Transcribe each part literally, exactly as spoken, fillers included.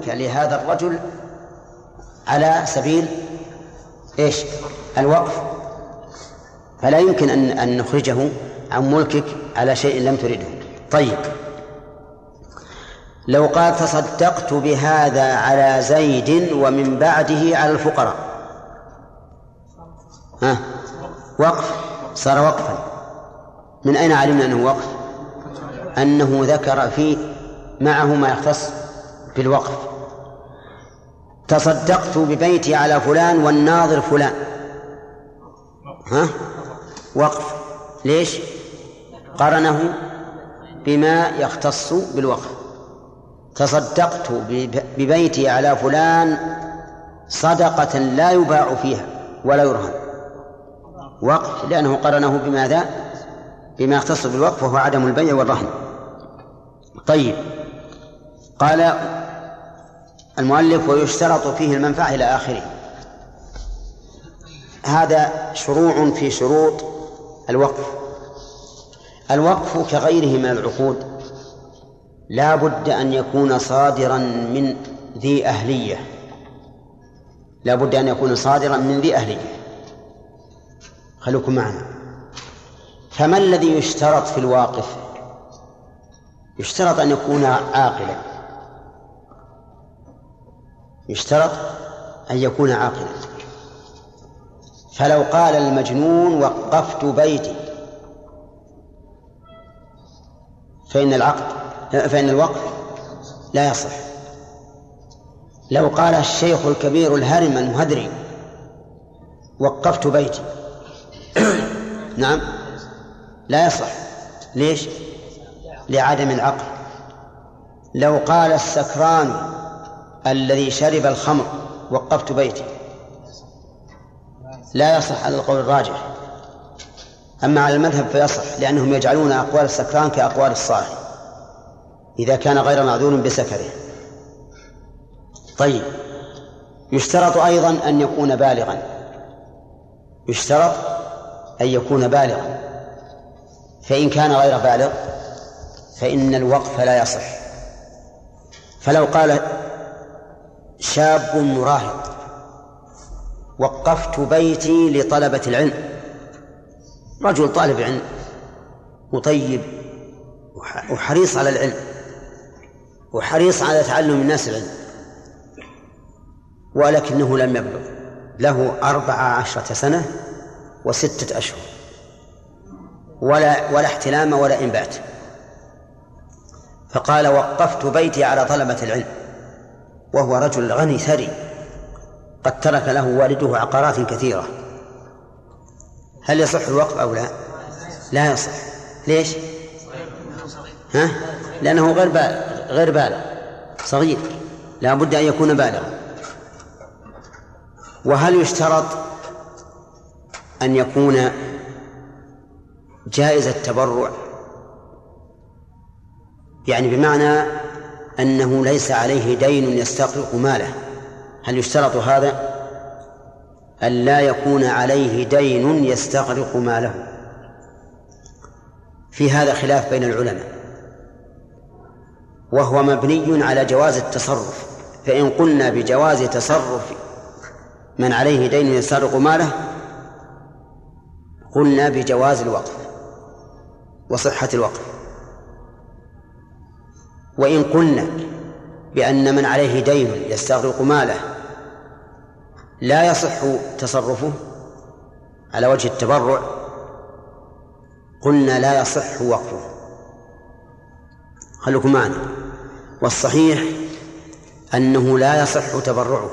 لهذا الرجل على سبيل إيش؟ الوقف، فلا يمكن أن أن نخرجه عن ملكك على شيء لم تريده. طيب، لو قال تصدقت بهذا على زيد ومن بعده على الفقراء، ها وقف، صار وقفا. من أين علمنا أنه وقف؟ أنه ذكر فيه معه ما يختص بالوقف. تصدقت ببيتي على فلان والناظر فلان، ها وقف. ليش؟ قرنه بما يختص بالوقف. تصدقت ببيتي على فلان صدقة لا يباع فيها ولا يرهن، وقف، لأنه قرنه بماذا؟ بما يختص بالوقف، وهو عدم البيع والرهن. طيب، قال المؤلف ويشترط فيه المنفعة إلى آخره. هذا شروع في شروط الوقف. الوقف كغيره من العقود لا بد أن يكون صادرا من ذي أهلية، لا بد أن يكون صادرا من ذي أهلية. خلوكم معنا. فما الذي يشترط في الواقف؟ يشترط أن يكون عاقلا، يشترط أن يكون عاقلا. فلو قال المجنون وقفت بيتي فإن العقد فإن الوقف لا يصح. لو قال الشيخ الكبير الهرم المهدري وقفت بيتي نعم لا يصح. ليش؟ لعدم العقل. لو قال السكران الذي شرب الخمر وقفت بيتي لا يصح على القول الراجح. أما على المذهب فيصح، لأنهم يجعلون أقوال السكران كأقوال الصاحي إذا كان غير معذور بسكره. طيب، يشترط أيضا أن يكون بالغا، يشترط أن يكون بالغا، فإن كان غير بالغ فإن الوقف لا يصح. فلو قال شاب مراهق وقفت بيتي لطلبة العلم، رجل طالب علم مطيب وحريص على العلم وحريص على تعلم الناس العلم، ولكنه لم يبلغ، له أربع عشرة سنة وستة أشهر ولا, ولا احتلام ولا إنبات، فقال وقفت بيتي على طلبة العلم، وهو رجل غني ثري قد ترك له والده عقارات كثيرة. هل يصح الوقف أو لا؟ لا يصح. ليش؟ ها؟ لأنه غير بالغ، غير بالغ صغير، لا بد أن يكون بالغا. وهل يشترط أن يكون جائز التبرع؟ يعني بمعنى أنه ليس عليه دين يستغرق ماله. هل يشترط هذا؟ أن لا يكون عليه دين يستغرق ماله. في هذا خلاف بين العلماء، وهو مبني على جواز التصرف. فإن قلنا بجواز تصرف من عليه دين يستغرق ماله قلنا بجواز الوقف وصحة الوقف. وإن قلنا بأن من عليه دين يستغرق ماله لا يصح تصرفه على وجه التبرع قلنا لا يصح وقفه. خلوكم معنا. والصحيح أنه لا يصح تبرعه،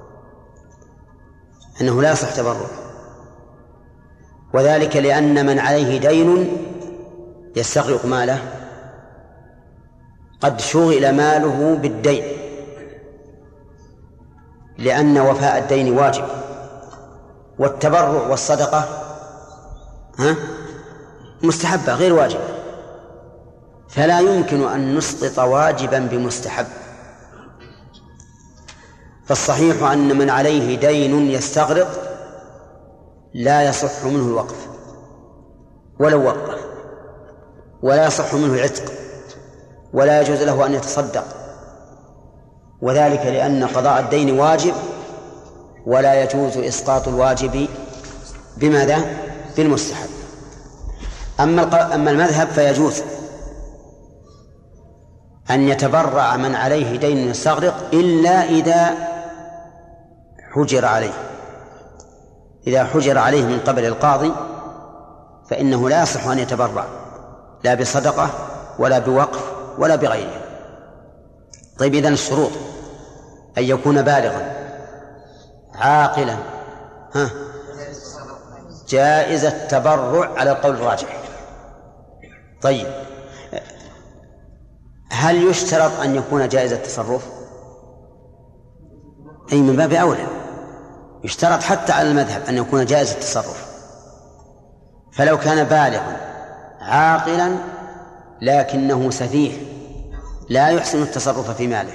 أنه لا يصح تبرعه، وذلك لأن من عليه دين يستغرق ماله قد شغل ماله بالدين، لأن وفاء الدين واجب، والتبرع والصدقة ها مستحبة غير واجبة، فلا يمكن أن نسقط واجبا بمستحب. فالصحيح أن من عليه دين يستغرق لا يصح منه الوقف ولو وقف، ولا يصح منه العتق، ولا يجوز له أن يتصدق، وذلك لأن قضاء الدين واجب، ولا يجوز إسقاط الواجب بماذا؟ بالمستحب. أما أما المذهب فيجوز أن يتبرع من عليه دين يستغرق إلا إذا حجر عليه. إذا حجر عليه من قبل القاضي فإنه لا يصح أن يتبرع لا بصدقة ولا بوقف ولا بغيره. طيب، إذن الشروط أن يكون بالغا عاقلا، ها، جائز التبرع على القول الراجح. طيب، هل يشترط أن يكون جائز التصرف؟ أي من باب أولى، يشترط حتى على المذهب أن يكون جائز التصرف. فلو كان بالغا عاقلا لكنه سفيه لا يحسن التصرف في ماله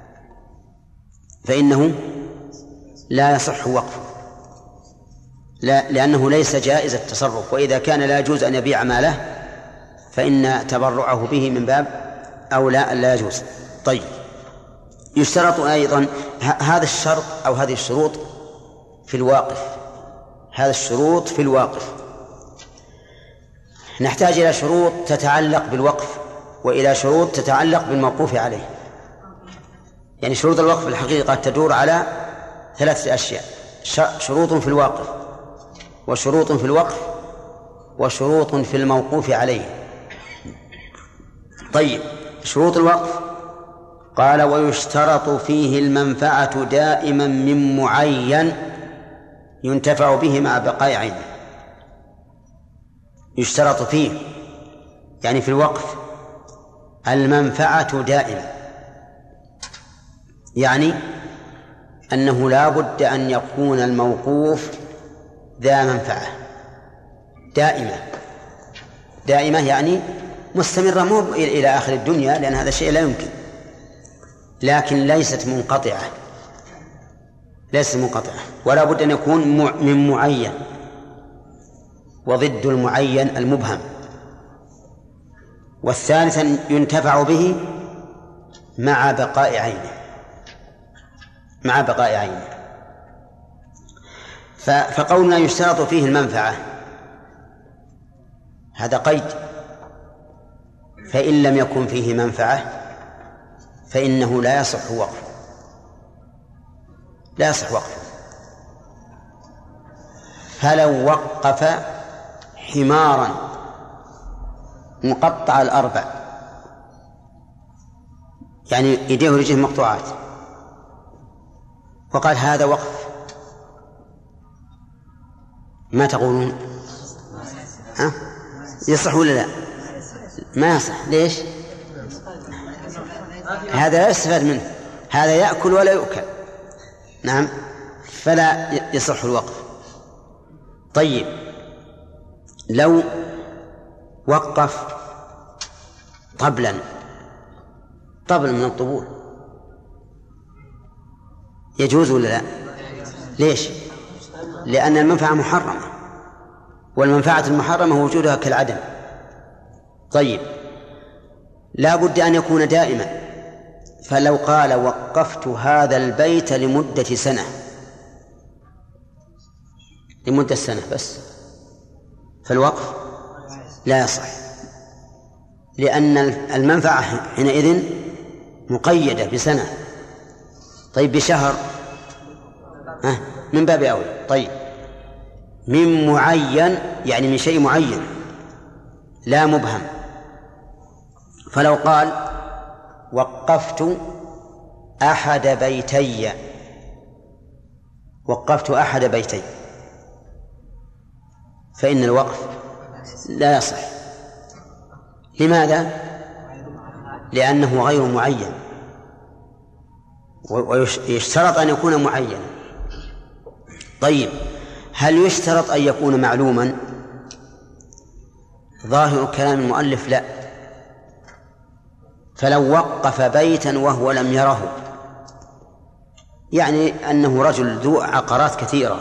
فإنه لا يصح وقفه، لا، لأنه ليس جائز التصرف. وإذا كان لا يجوز أن يبيع ماله فإن تبرعه به من باب أولى أن لا يجوز. طيب، يشترط أيضا هذا الشرط أو هذه الشروط في الواقف، هذا الشروط في الواقف. نحتاج إلى شروط تتعلق بالوقف وإلى شروط تتعلق بالموقوف عليه. يعني شروط الوقف في الحقيقة تدور على ثلاثة أشياء: شروط في الواقف، وشروط في الوقف، وشروط في الموقوف عليه. طيب، شروط الوقف قال: ويشترط فيه المنفعة دائما من معين ينتفع به مع بقاء عينه. يشترط فيه يعني في الوقف المنفعة دائما، يعني أنه لا بد أن يكون الموقوف ذا منفعة دائمة. دائمة يعني مستمرة، مو إلى آخر الدنيا، لأن هذا الشيء لا يمكن، لكن ليست منقطعة، ليست منقطعة، ولا بد أن يكون من معين، وضد المعين المبهم. والثالثا ينتفع به مع بقاء عينه، مع بقاء عينه. فقولنا يشترط فيه المنفعة هذا قيد، فإن لم يكن فيه منفعة فإنه لا يصح وقفه، لا يصح وقفه. فلو وقف حمارا مقطع الأربع، يعني يديه ورجله مقطوعات، وقال هذا وقف، ما تقولون؟ ها؟ يصح ولا لا؟ ما يصح. ليش؟ هذا لا يستفاد منه، هذا يأكل ولا يؤكل. نعم، فلا يصح الوقف. طيب، لو وقف طبلا، طبل من الطبول، يجوز ولا لا؟ ليش؟ لأن المنفعة محرمة، والمنفعة المحرمة وجودها كالعدم. طيب، لا بد أن يكون دائما، فلو قال وقفت هذا البيت لمدة سنة، لمدة سنة بس، فالوقف لا يصح، لأن المنفعة حينئذ مقيدة بسنة. طيب، بشهر ها من باب أولى. طيب، من معين يعني من شيء معين لا مبهم. فلو قال وقفت أحد بيتي، وقفت أحد بيتي، فإن الوقف لا يصح. لماذا؟ لأنه غير معين، ويشترط أن يكون معينا. طيب، هل يشترط أن يكون معلوما؟ ظاهر كلام المؤلف لا. فلو وقف بيتا وهو لم يره، يعني أنه رجل ذو عقارات كثيرة،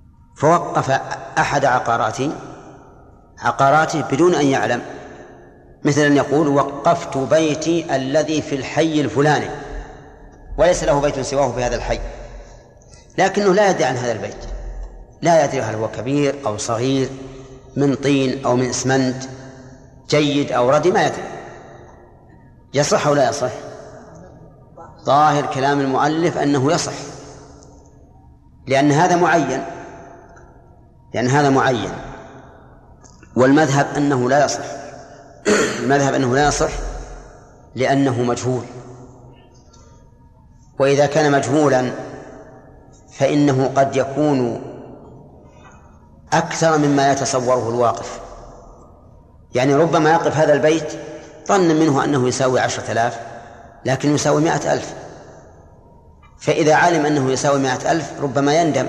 فوقف أحد عقاراته عقاراته بدون أن يعلم، مثل أن يقول وقفت بيتي الذي في الحي الفلاني، وليس له بيت سواه في هذا الحي، لكنه لا يدري عن هذا البيت، لا يدري هل هو كبير أو صغير، من طين أو من إسمنت، جيد أو ردي، ما يدري. يصح أو لا يصح؟ ظاهر كلام المؤلف أنه يصح، لأن هذا معين، لأن هذا معين، والمذهب أنه لا يصح. المذهب أنه لا يصح لأنه مجهول، وإذا كان مجهولا فإنه قد يكون أكثر مما يتصوره الواقف. يعني ربما يقف هذا البيت ظن منه أنه يساوي عشرة آلاف لكن يساوي مائة ألف، فإذا علم أنه يساوي مائة ألف ربما يندم.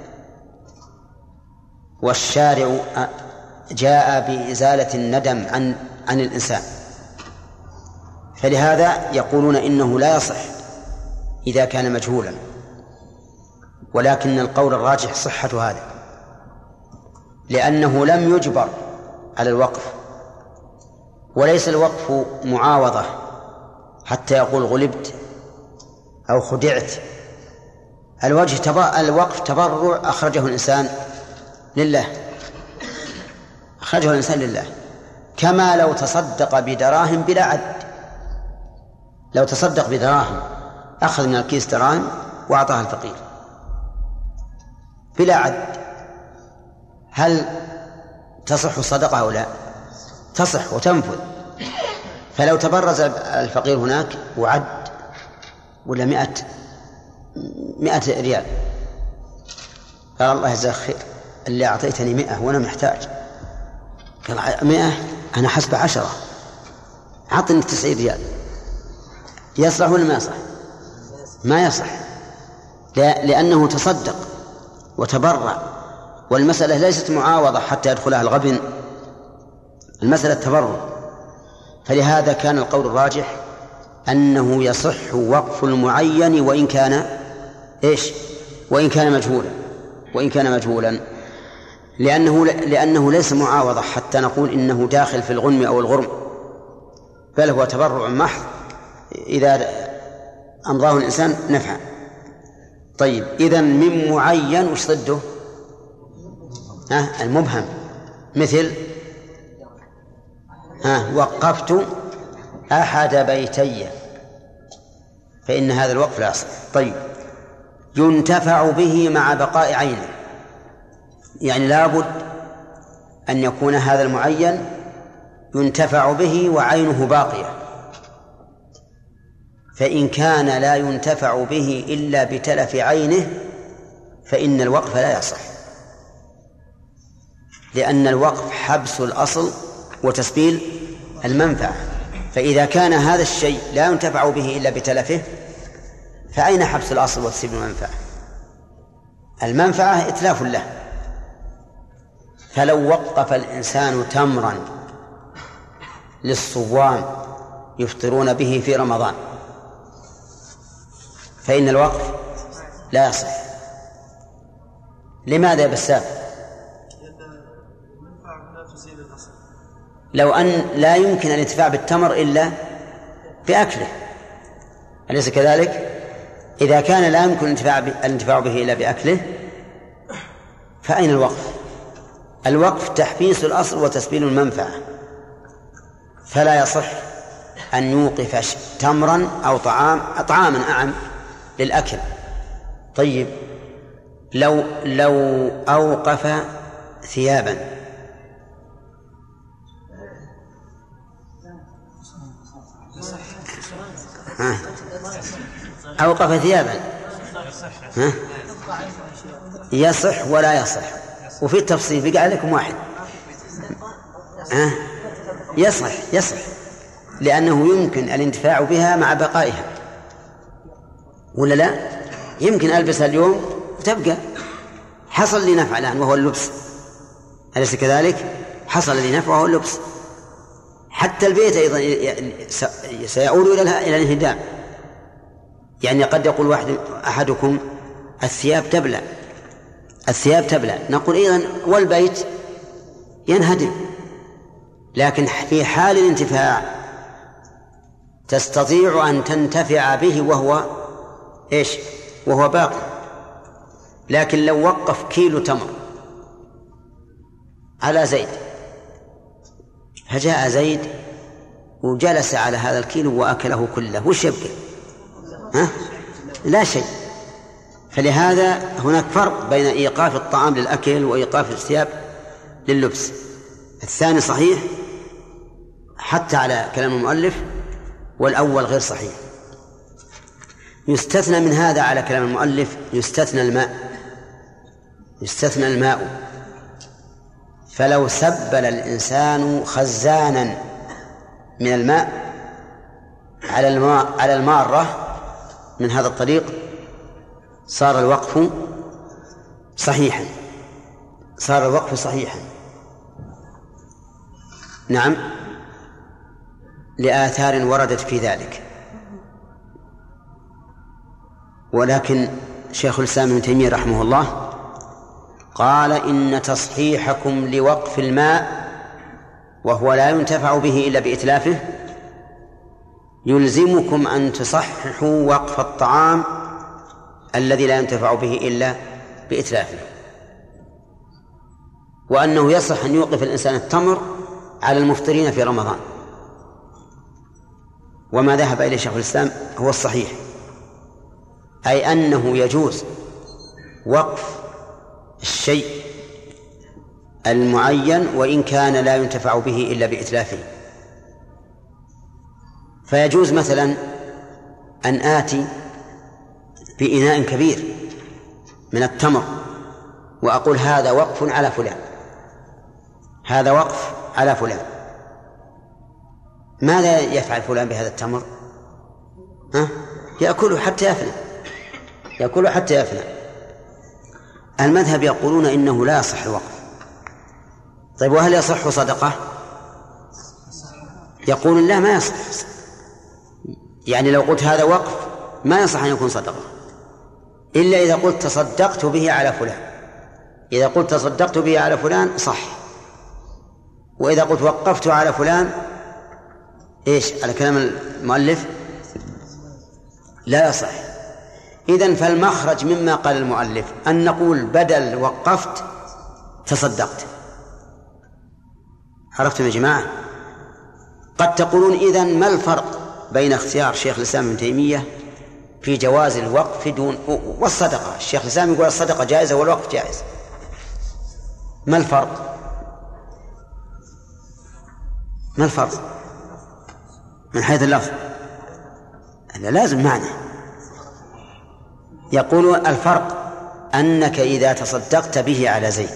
والشارع جاء بإزالة الندم عن عن الإنسان، فلهذا يقولون إنه لا يصح إذا كان مجهولا، ولكن القول الراجح صحة هذا، لأنه لم يجبر على الوقف، وليس الوقف معاوضة حتى يقول غلبت أو خدعت. الوجه تبا... الوقف تبرع أخرجه الإنسان لله، أخرجه الإنسان لله، كما لو تصدق بدراهم بلا عد. لو تصدق بدراهم أخذ من الكيس دراهم وأعطاها الفقير بلا عد، هل تصح الصدقة أو لا؟ تصح وتنفذ. فلو تبرز الفقير هناك وعد ولا مئة مئة ريال، قال الله يجزاك خير اللي أعطيتني مئة وأنا محتاج، قال مئة أنا حسب عشرة، أعطني تسعين ريال، يصلح ولا ما يصلح؟ ما يصح، لأنه تصدق وتبرع، والمسألة ليست معاوضة حتى يدخلها الغبن، المسألة تبرع. فلهذا كان القول الراجح أنه يصح وقف المعين وإن كان إيش؟ وإن كان مجهولا، وإن كان مجهولا، لأنه لأنه ليس معاوضة حتى نقول إنه داخل في الغنم أو الغرم، بل هو تبرع محض إذا أمضاه الإنسان نفعا. طيب، إذن من معين وش ضده؟ ها المبهم، مثل ها وقفت أحد بيتي، فإن هذا الوقف لا يصح. طيب، ينتفع به مع بقاء عينه، يعني لابد أن يكون هذا المعين ينتفع به وعينه باقية، فإن كان لا ينتفع به إلا بتلف عينه فإن الوقف لا يصح، لأن الوقف حبس الأصل وتسبيل المنفعة، فإذا كان هذا الشيء لا ينتفع به إلا بتلفه فأين حبس الأصل وتسبيل المنفعة؟ المنفعة إتلاف له. فلو وقف الإنسان تمرا للصوام يفطرون به في رمضان فإن الوقف لا يصح. لماذا يا بسام؟ لو أن لا يمكن الانتفاع بالتمر إلا بأكله، أليس كذلك؟ إذا كان لا يمكن الانتفاع به إلا بأكله فأين الوقف؟ الوقف تحبيس الأصل وتسبيل المنفعة، فلا يصح أن يوقف تمرا أو طعام طعاما أعم للأكل. طيب، لو لو أوقف ثيابا ها. أوقف ثيابا ها؟ يصح ولا يصح، وفي التفصيل بقى عليكم واحد ها؟ يصح يصح لأنه يمكن الانتفاع بها مع بقائها، ولا لا؟ يمكن ألبسها اليوم وتبقى، حصل لي نفع الآن وهو اللبس، أليس كذلك؟ حصل لي نفع وهو اللبس. حتى البيت أيضا سيعود إلى إلى الانهدام، يعني قد يقول واحد أحدكم الثياب تبلى، الثياب تبلى، نقول أيضا والبيت ينهدم، لكن في حال الانتفاع تستطيع أن تنتفع به وهو إيش وهو باقي. لكن لو وقف كيلو تمر على زيد، فجاء زيد وجلس على هذا الكيلو وأكله كله، وش يبقى؟ ها؟ لا شيء. فلهذا هناك فرق بين إيقاف الطعام للأكل وإيقاف الثياب لللبس. الثاني صحيح حتى على كلام المؤلف، والأول غير صحيح. يستثنى من هذا على كلام المؤلف يستثنى الماء، يستثنى الماء. فلو سبل الإنسان خزانا من الماء على الماء على المارة من هذا الطريق صار الوقف صحيحا، صار الوقف صحيحا. نعم، لآثار وردت في ذلك. ولكن شيخ الإسلام ابن تيمية رحمه الله قال إن تصحيحكم لوقف الماء وهو لا ينتفع به إلا بإتلافه يلزمكم أن تصححوا وقف الطعام الذي لا ينتفع به إلا بإتلافه، وأنه يصح أن يوقف الإنسان التمر على المفطرين في رمضان. وما ذهب إليه شيخ الإسلام هو الصحيح، أي أنه يجوز وقف الشيء المعين وإن كان لا ينتفع به إلا بإتلافه. فيجوز مثلا أن آتي بإناء كبير من التمر وأقول هذا وقف على فلان، هذا وقف على فلان. ماذا يفعل فلان بهذا التمر؟ ها؟ يأكله حتى يفنى، يأكله حتى يفنى. المذهب يقولون إنه لا يصح الوقف. طيب وهل يصح صدقة؟ يقولون لا، ما يصح. يعني لو قلت هذا وقف ما يصح أن يكون صدقة إلا إذا قلت تصدقت به على فلان. إذا قلت تصدقت به على فلان صح، وإذا قلت وقفت على فلان إيش على كلام المؤلف لا يصح. إذن فالمخرج مما قال المؤلف أن نقول بدل وقفت تصدقت. عرفتم يا جماعة؟ قد تقولون إذن ما الفرق بين اختيار شيخ الإسلام ابن تيمية في جواز الوقف دون والصدقة؟ الشيخ الإسلام يقول الصدقة جائزة والوقف جائز، ما الفرق؟ ما الفرق من حيث اللفظ؟ لا لازم معنى. يقول الفرق أنك إذا تصدقت به على زيد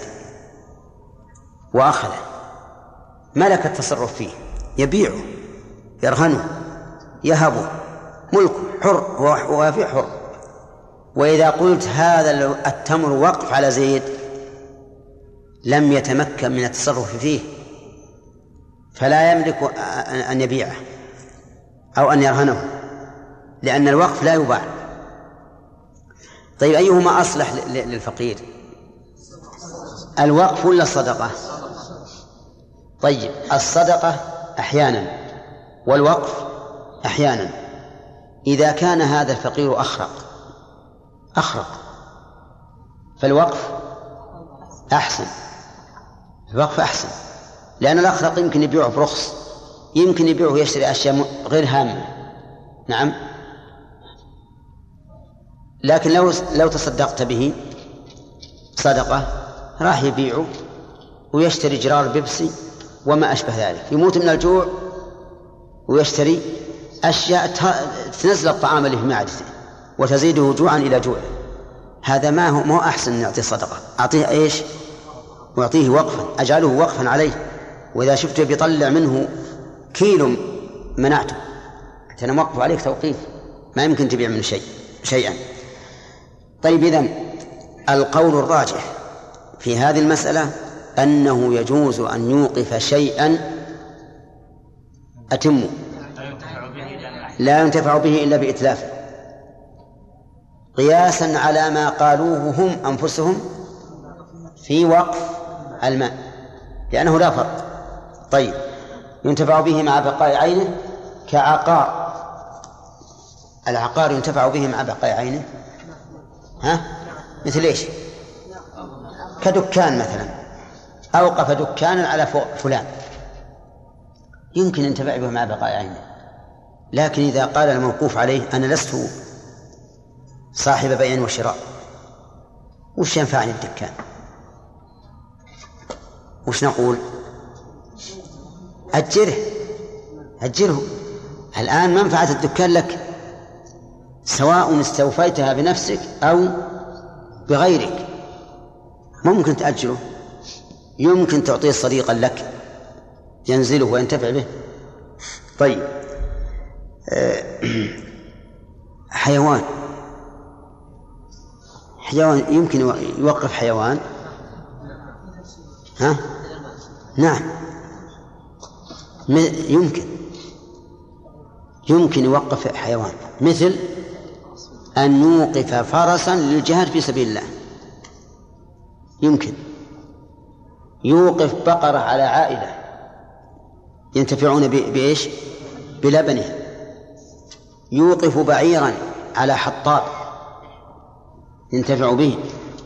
وأخذه ما لك التصرف فيه، يبيعه يرهنه يهبه ملكه حر، هو في حر. وإذا قلت هذا التمر وقف على زيد لم يتمكن من التصرف فيه، فلا يملك أن يبيعه أو أن يرهنه، لأن الوقف لا يباع. طيب أيهما أصلح للفقير، الوقف ولا الصدقة؟ طيب الصدقة أحيانا والوقف أحيانا. إذا كان هذا الفقير أخرق أخرق فالوقف أحسن، الوقف أحسن، لأن الأخرق يمكن يبيعه برخص، يمكن يبيعه ويشتري أشياء غير هامة. نعم، لكن لو لو تصدقت به صدقة راح يبيعه ويشتري جرار بيبسي وما أشبه ذلك، يموت من الجوع ويشتري أشياء تنزل الطعام اللي في معدته وتزيده جوعا إلى جوع. هذا ما هو ما هو أحسن أن يعطيه صدقة، أعطيه إيش؟ وأعطيه وقفا، أجعله وقفا عليه، وإذا شفته بيطلع منه كيلو منعته، أنا موقف عليك توقيف، ما يمكن تبيع منه شيء شيئا. طيب إذن القول الراجح في هذه المسألة أنه يجوز أن يوقف شيئا أتم لا ينتفع به إلا بإتلافه، قياسا على ما قالوه هم أنفسهم في وقف الماء، لأنه لا فرق. طيب ينتفع به مع بقاء عينه كعقار. العقار ينتفع به مع بقاء عينه، ها؟ مثل إيش؟ كدكان مثلا، أوقف دكانا على فلان، يمكن ينتفع به مع بقاء عينه. لكن إذا قال الموقوف عليه أنا لست صاحب بيع وشراء، وش ينفعني الدكان؟ وش نقول؟ أجره أجره الآن منفعة الدكان لك، سواء استوفيتها بنفسك أو بغيرك، ممكن تأجره، يمكن تعطيه صديقا لك ينزله وينتفع به. طيب حيوان حيوان يمكن يوقف حيوان، ها؟ نعم يمكن يمكن يوقف حيوان، مثل أن يوقف فرسا للجهاد في سبيل الله، يمكن يوقف بقرة على عائلة ينتفعون بإيش؟ بلبنه، يوقف بعيرا على حطاب ينتفع به،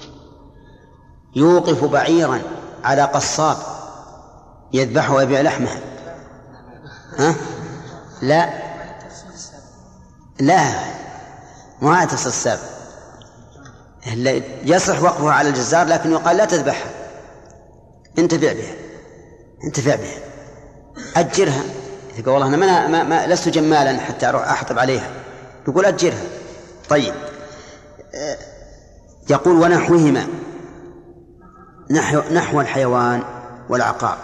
يوقف بعيرا على قصاب يذبحه ويبيع لحمه. ها؟ لا لا ما تصل، يصح وقفها على الجزار، لكن يقال لا تذبحها، انتفع بها انتفع بها أجرها. يقول والله أنا ما, ما, ما لست جمالا حتى أروح أحطب عليها، يقول أجرها. طيب يقول ونحوهما، نحو, نحو الحيوان والعقار،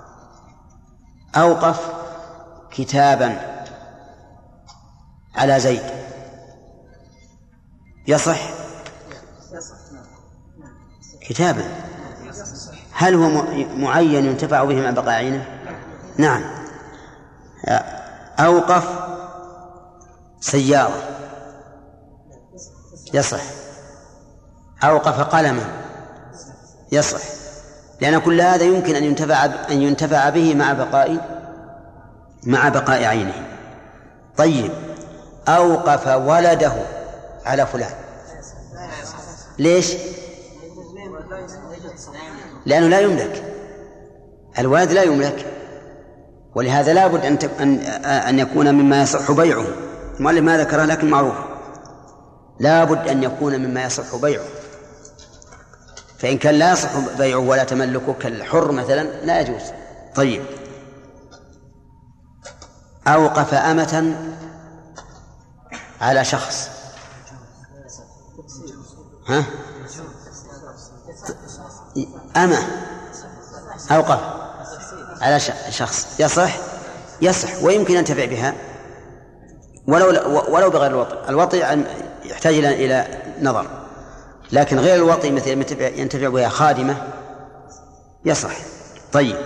أوقف كتابا على زيد، يصح كتابا، هل هو معين ينتفع به مع بقاء عينه؟ نعم. أوقف سيارة، يصح. أوقف قلما، يصح، لأن كل هذا يمكن أن ينتفع أن ينتفع به مع بقاء مع بقاء عينه. طيب أوقف ولده على فلان، ليش؟ لأنه لا يملك، الولد لا يملك، ولهذا لا بد أن أن أن يكون مما يصح بيعه. المؤلف ما ذكره لكن معروف، لا بد أن يكون مما يصح بيعه، فإن كان لا يصح بيعه ولا تملكه كالحر مثلا لا يجوز. طيب أوقف أمة على شخص، ها؟ أمة أوقف على شخص، يصح يصح ويمكن أن ينتفع بها ولو ولو بغير الوطي. الوطي يحتاج إلى نظر، لكن غير الوطي مثل ينتفع بها خادمة يصح. طيب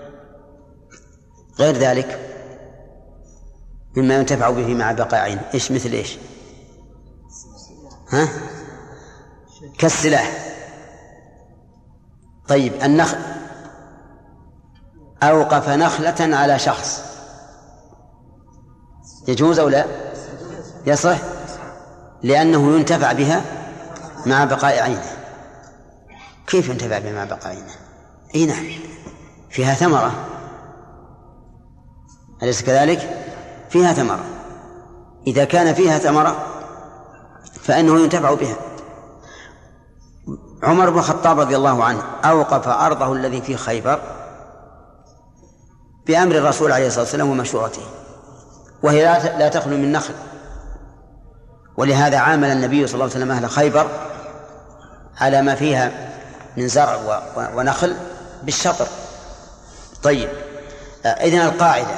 غير ذلك مما ينتفع به مع بقاء عين، إيش مثل إيش؟ ها؟ كالسلاح. طيب النخل، أوقف نخلة على شخص، يجوز أو لا؟ يصح، لأنه ينتفع بها مع بقاء عينه. كيف ينتفع بها مع بقاء عينه؟ أي نعم، فيها ثمرة، أليس كذلك؟ فيها ثمرة، إذا كان فيها ثمرة فإنه ينتفع بها. عمر بن الخطاب رضي الله عنه أوقف أرضه الذي في خيبر بأمر الرسول عليه الصلاة والسلام ومشورته، وهي لا تخلو من نخل، ولهذا عامل النبي صلى الله عليه وسلم أهل خيبر على ما فيها من زرع ونخل بالشطر. طيب إذن القاعدة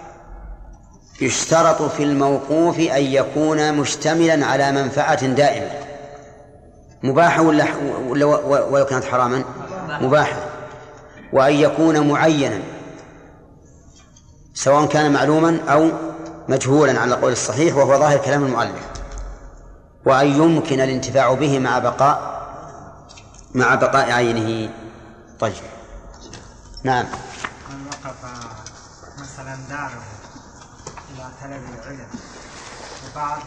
يشترط في الموقوف أن يكون مشتملا على منفعة دائمة، مباحة ولا ولو كانت حراما؟ مباحة، وأن يكون معينا سواء كان معلوما أو مجهولا على القول الصحيح وهو ظاهر كلام المؤلف، وأن يمكن الانتفاع به مع بقاء مع بقاء عينه. طيب نعم. من وقف مثلا داره إلى طلب العلم وبعد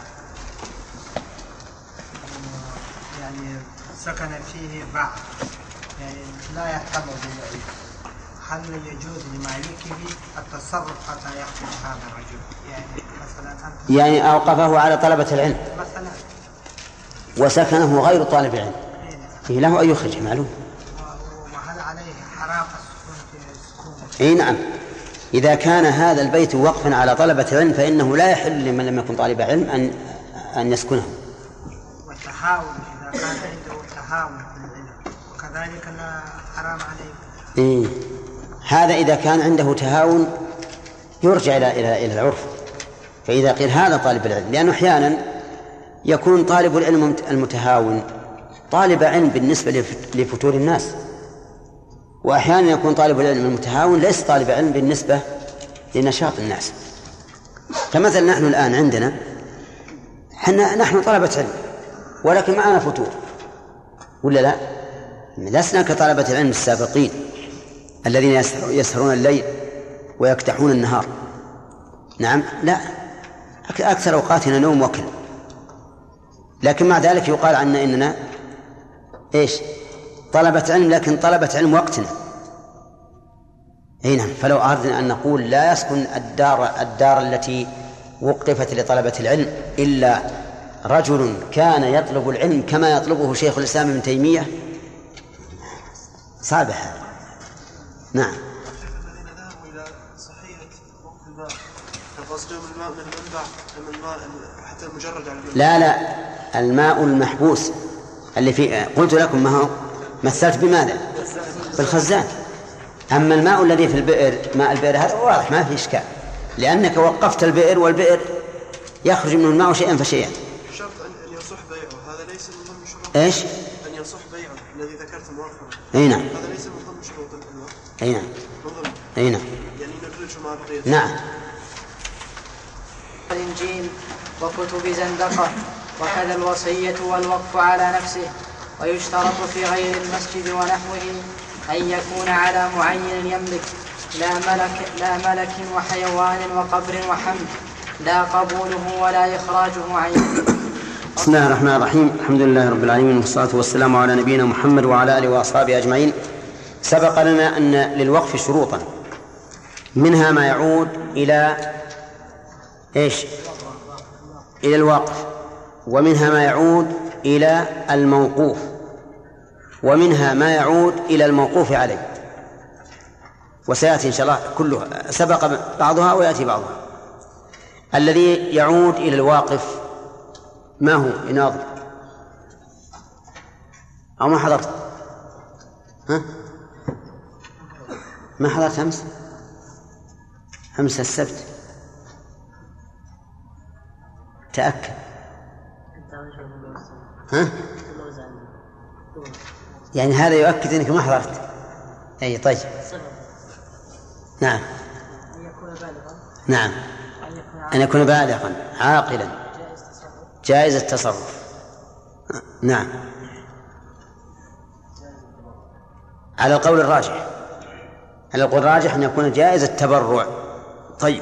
يعني سكن فيه بعض يعني لا يهتم بالعلم، هل يجوز لمالكه التصرف حتى يخرج هذا الرجل؟ يعني مثلا أنت يعني أوقفه على طلبة العلم مثلا وسكنه غير طالب العلم، إيه له أن يخرجه معلوم. وهل عليه حرام السكون في السكون؟ اي نعم، إذا كان هذا البيت وقفا على طلبة العلم فإنه لا يحل لمن لم يكن طالب علم أن أن يسكنه. والتهاون إذا كان عنده تهاون بالعلم وكذلك لا حرام عليه. إيه هذا إذا كان عنده تهاون يرجع إلى إلى إلى العرف. فإذا قيل هذا طالب العلم، لأنه أحيانا يكون طالب العلم المتهاون طالب علم بالنسبة لفتور الناس، وأحيانا يكون طالب العلم المتهاون ليس طالب علم بالنسبة لنشاط الناس. فمثلا نحن الآن عندنا حنا نحن طلبة علم ولكن معنا فتور ولا لا؟ لسنا كطلبة العلم السابقين الذين يسهرون الليل ويكتحون النهار. نعم لا، أكثر أوقاتنا نوم وكل، لكن مع ذلك يقال عنا إننا إيش؟ طلبة علم، لكن طلبة علم وقتنا. هنا فلو أردنا أن نقول لا يسكن الدار الدار التي وقفت لطلبة العلم إلا رجل كان يطلب العلم كما يطلبه شيخ الإسلام ابن تيمية، صعب هذا. نعم. الذين ذهبوا إلى صحيحة وقف الماء قصدهم الماء من المنبع من الماء حتى المجرد على الماء. لا لا، الماء المحبوس اللي فيه قلت لكم ما هو مثلت بماذا؟ بالخزان. أما الماء الذي في البئر ماء البئر هذا واضح ما فيه إشكال، لأنك وقفت البئر والبئر يخرج منه الماء شيئا فشيئا. شرط أن يصح بيعه، هذا ليس من ضمن شروط. إيش؟ أن يصح بيعه الذي ذكرت مؤخرا. أي نعم. هذا ليس من ضمن شروط الوقف. أي نعم. من ضمن. أي نعم. يعني ندرج مع بقية. نعم. الإنجيل وكتب زندقة، وكذا الوصية والوقف على نفسه. ويشترط في غير المسجد ونحوه أن يكون على معين يملك، لا ملك, لا ملك وحيوان وقبر وحمد، لا قبوله ولا إخراجه عن يملك. بسم الله الرحمن الرحيم، الحمد لله رب العالمين، والصلاة والسلام على نبينا محمد وعلى آله وأصحابه أجمعين. سبق لنا أن للوقف شروطا، منها ما يعود إلى إيش؟ إلى الوقف، ومنها ما يعود إلى الموقوف، ومنها ما يعود إلى الموقوف عليه، وسيأتي إن شاء الله كلها، سبق بعضها ويأتي بعضها. الذي يعود إلى الواقف ما هو يناظر أو ما حضرت؟ ها؟ ما حضرت أمس؟ أمس السبت؟ تأكد. ها؟ يعني هذا يؤكد أنك ما حضرت. أي طيب. نعم. نعم. أن يكون بالغا عاقلا جائز التصرف. نعم. على القول الراجح، على القول الراجح أن يكون جائز التبرع. طيب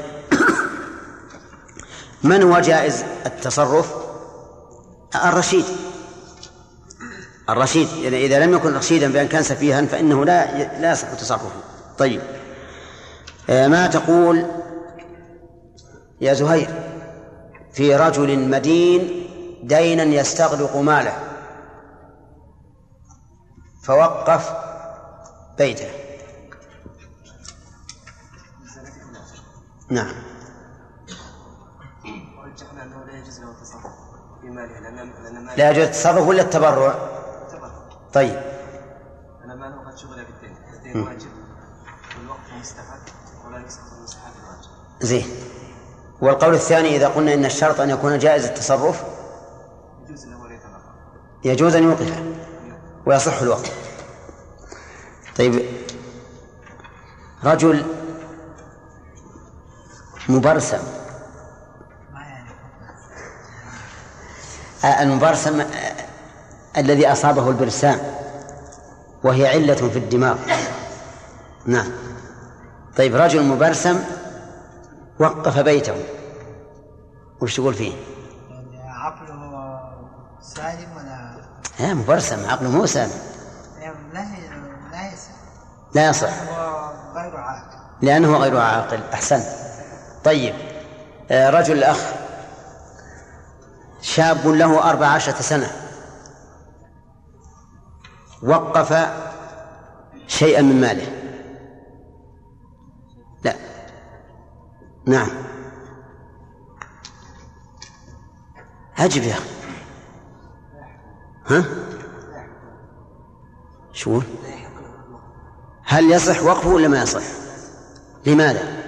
من هو جائز التصرف؟ الرشيد. الرشيد يعني إذا لم يكن رشيدا بأن كان سفيها فإنه لا لا يصح تصرفه. طيب ما تقول يا زهير في رجل مدين دينا يستغرق ماله فوقف بيته؟ نعم. ورجحنا أنه لا يجوز له التصرف في ماله لأن ماله لا يجوز التصرف ولا التبرع؟ طيب أنا ماله قد شغل بالدين، الدين واجب والوقف مستحب ولا يسقط المستحب الواجب. زين. والقول الثاني إذا قلنا إن الشرط أن يكون جائز التصرف يجوز له ولا يتبرع، يجوز أن يوقفه ويصح الوقف. طيب رجل مبرسم، المبرسم الذي أصابه البرسام وهي علة في الدماغ. نعم. طيب رجل مبرسم وقف بيته، وش تقول فيه؟ يعني عقله سالم ولا؟ لا مبرسم عقله مو سالم. لا لا يصح. لا يصح. هو غير عاقل. لأنه غير عاقل. أحسن. طيب رجل الأخ شاب له أربع عشرة سنة وقف شيئا من ماله. لا نعم أجب يا أخي. ها شو هل يصح وقفه ولا ما يصح؟ لماذا؟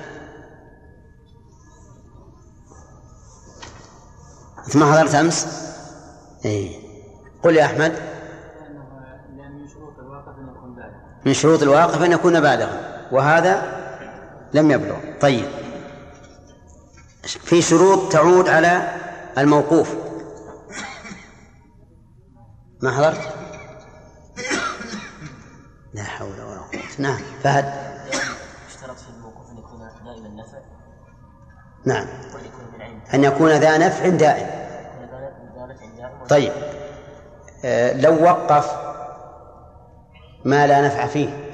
أنت ما حضرت أمس؟ إيه. قل يا أحمد. من شروط الواقف أن يكون بالغ. من شروط الواقف أن يكون بالغا، وهذا لم يبلغ. طيب في شروط تعود على الموقوف. ما حضرت؟ لا حول ولا قوة. نعم فهد. اشترط في الموقوف أن يكون دائما النفع. نعم وأن يكون من عين. أن يكون ذا نفع دائم. طيب آه لو وقف ما لا نفع فيه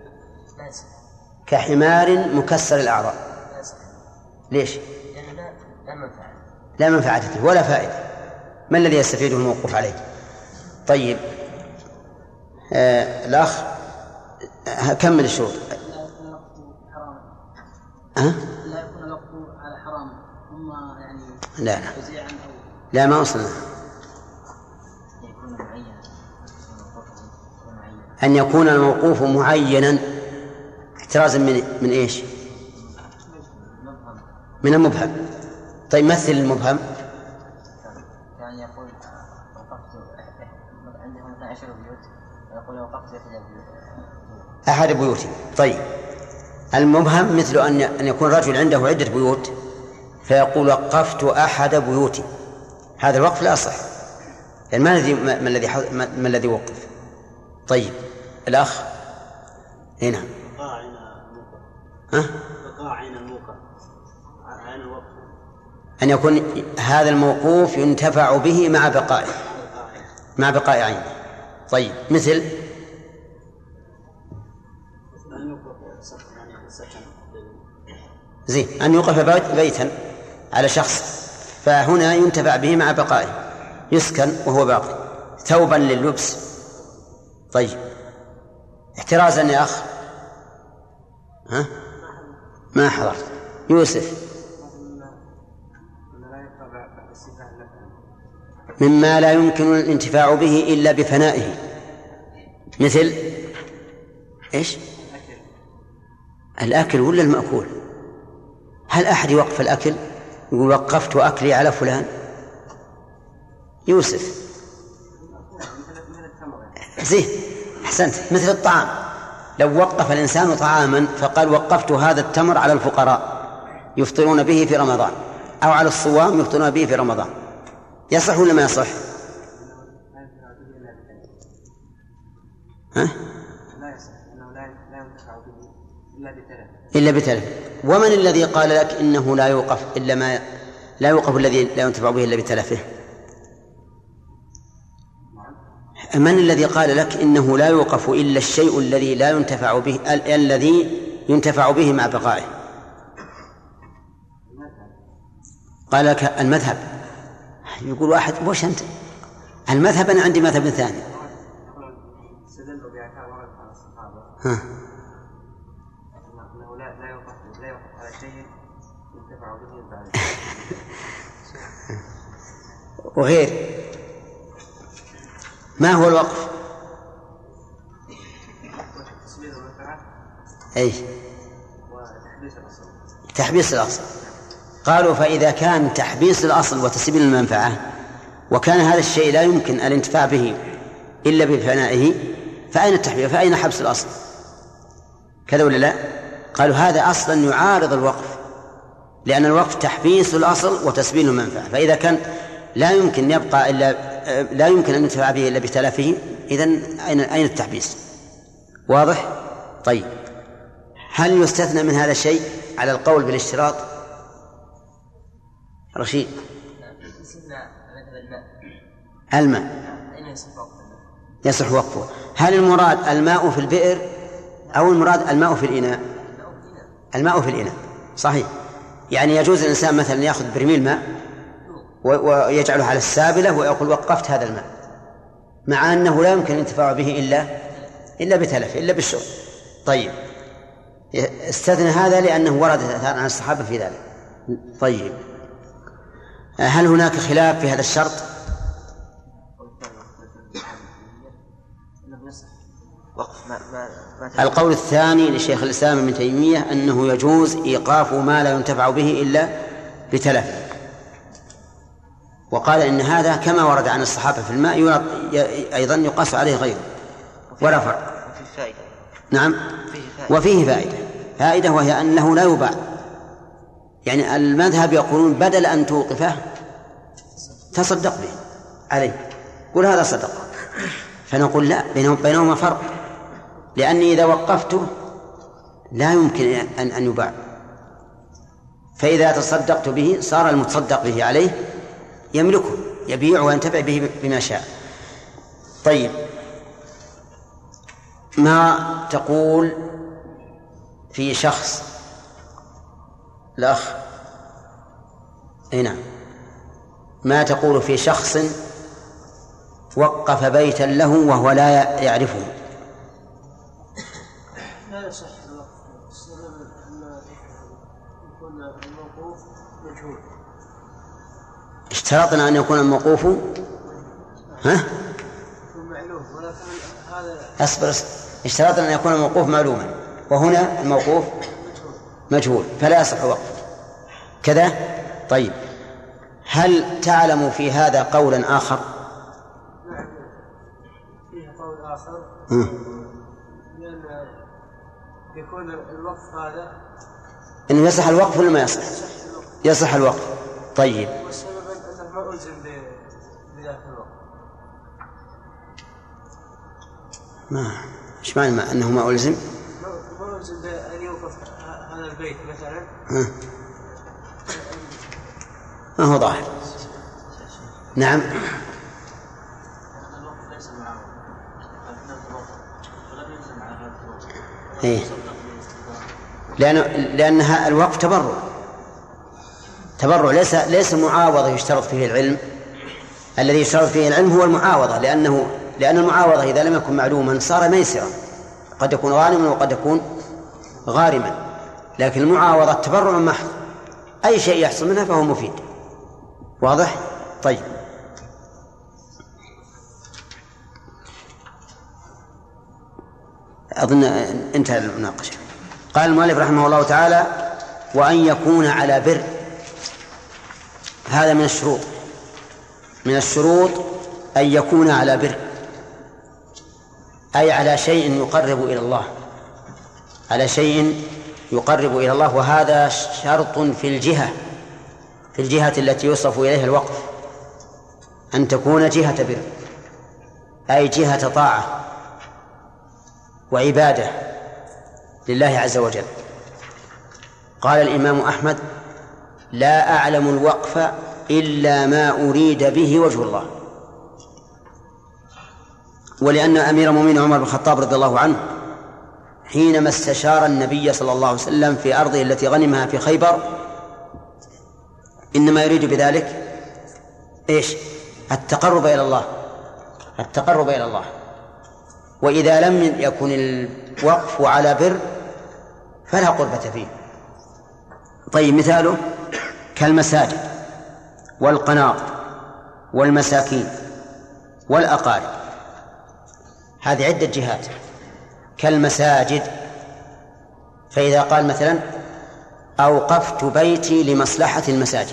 كحمار مكسر الأعضاء. ليش؟ لأنه لا منفعة. لا منفعة فيه ولا فائدة. ما الذي يستفيده الموقوف عليه؟ طيب آه الأخ آه كمل الشروط. لا يكون الوقت حراما. أه؟ لا يكون الوقت على حرام. ثم يعني لا لا وزيعا أو لا ما وصلنا. يكون معينا. أن يكون الموقوف معينا احترازا من من إيش؟ من المبهم. طيب مثل المبهم. كان يقول وقفت عندهم اثنا عشر بيوت ويقول وقفت أحد بيوتي. طيب المبهم مثل أن أن يكون رجل عنده عدة بيوت فيقول وقفت أحد بيوتي. هذا الوقف لا يصح. يعني ما الذي ما الذي ما الذي وقف؟ طيب الأخ هنا بقاء عين الموقع. ها؟ بقاء عين الموقع. عين الوقف. أن يكون هذا الموقوف ينتفع به مع بقائه مع بقاء عينه. طيب مثل زين أن يوقف بيتا على شخص فهنا ينتفع به مع بقائه يسكن وهو باقي. ثوبا لللبس. طيب احترازا يا أخ. ها ما حضرت يوسف. مما لا يمكن الانتفاع به إلا بفنائه. مثل إيش؟ الأكل ولا المأكول؟ هل أحد يوقف الأكل يقول وقفت أكلي على فلان؟ يوسف زين أحسنت. مثل الطعام لو وقف الإنسان طعاما فقال وقفت هذا التمر على الفقراء يفطرون به في رمضان أو على الصوام يفطرون به في رمضان يصح ولا ما يصح؟ ها؟ لا يصح لأنه لا ينتفع به إلا بتلف. إلا بتلف. ومن الذي قال لك إنه لا يوقف إلا ما لا يوقف الذي لا ينتفع به إلا بتلفه؟ من الذي قال لك إنه لا يوقف إلا الشيء الذي لا ينتفع به الذي ينتفع به مع بقائه؟ قال لك المذهب. يقول واحد وش أنت؟ المذهب أنا عندي مذهب ثاني. استدلوا بأثار ورد على الصحابة ها أنه لا لا يوقف لا يوقف على شيء ينتفع به بعد. وغير. ما هو الوقف؟ تسبيل المنفعة. أي وتحبيس الأصل. تحبيس الأصل. قالوا فإذا كان تحبيس الأصل وتسبيل المنفعة وكان هذا الشيء لا يمكن الانتفاع به إلا بفنائه فأين التحبيس فأين حبس الأصل؟ كذا ولا لا؟ قالوا هذا أصلا يعارض الوقف لأن الوقف تحبيس الأصل وتسبيل المنفعة. فإذا كان لا يمكن يبقى إلا لا يمكن أن ينتفع به إلا بتلافه إذن أين أين التحبيس؟ واضح؟ طيب هل يستثنى من هذا الشيء على القول بالاشتراط؟ رشيد. الماء يصح وقفه. هل المراد الماء في البئر أو المراد الماء في الإناء؟ الماء في الإناء صحيح. يعني يجوز الإنسان مثلا يأخذ برميل ماء ويجعله على السابلة ويقول وقفت هذا الماء، مع أنه لا يمكن الانتفاع به إلا إلا بتلف إلا بالشرب. طيب استثنى هذا لأنه ورد عن الصحابة في ذلك. طيب هل هناك خلاف في هذا الشرط؟ القول الثاني لشيخ الإسلام ابن تيمية أنه يجوز إيقاف ما لا ينتفع به إلا بتلف، وقال إن هذا كما ورد عن الصحابة في الماء أيضا يقاس عليه غيره ولا فرق. نعم وفيه فائدة فائدة وهي أنه لا يباع. يعني المذهب يقولون بدل أن توقفه تصدق به عليه، قل هذا صدقة، فنقول لا، بينهما فرق، لأني إذا وقفته لا يمكن أن أن يباع، فإذا تصدقت به صار المتصدق به عليه يملكه يبيع وينتفع به بما شاء. طيب ما تقول في شخص الأخ أي نعم ما تقول في شخص وقف بيتا له وهو لا يعرفه؟ لا يصح الوقف السبب أن يكون الموقوف مجهول. اشترطنا أن يكون الموقوف ها؟ معلوم، ولكن هذا أصبر اشترطنا أن يكون الموقوف معلوما، وهنا الموقوف مجهول فلا يصح وقفه كذا. طيب هل تعلم في هذا قولا آخر؟ نعم فيه قول آخر لأن يكون الوقف هذا إنه يصح الوقف ولا ما يصح؟ يصح الوقف. طيب والسبب أنه ما ألزم بذلك الوقف. ما إيش معنى ما أنه ما ألزم؟ ما ألزم بأن يوقف هذا البيت مثلا. ها. ما هو ظاهر. نعم إيه. لأن لأنها الوقف تبرع تبرع ليس ليس معاوضة يشترط فيه العلم. الذي يشترط فيه العلم هو المعاوضة، لأنه لأن المعاوضة إذا لم يكن معلوما صار ميسرا، قد يكون غانما وقد يكون غارما، لكن المعاوضة تبرع محض، أي شيء يحصل منها فهو مفيد. واضح؟ طيب أظن انتهى المناقشة. قال المؤلف رحمه الله تعالى وأن يكون على بر، هذا من الشروط من الشروط أن يكون على بر، أي على شيء يقرب إلى الله، على شيء يقرب إلى الله، وهذا شرط في الجهة في الجهة التي يوصف إليها الوقف، أن تكون جهة بر أي جهة طاعة وعبادة لله عز وجل. قال الإمام أحمد لا أعلم الوقف إلا ما أريد به وجه الله. ولأن أمير المؤمنين عمر بن الخطاب رضي الله عنه حينما استشار النبي صلى الله عليه وسلم في أرضه التي غنمها في خيبر إنما يريد بذلك إيش؟ التقرب إلى الله التقرب إلى الله وإذا لم يكن الوقف على بر فلا قربة فيه. طيب مثاله كالمساجد والقناطر والمساكين والأقارب، هذه عدة جهات. كالمساجد فإذا قال مثلا أوقفت بيتي لمصلحة المساجد،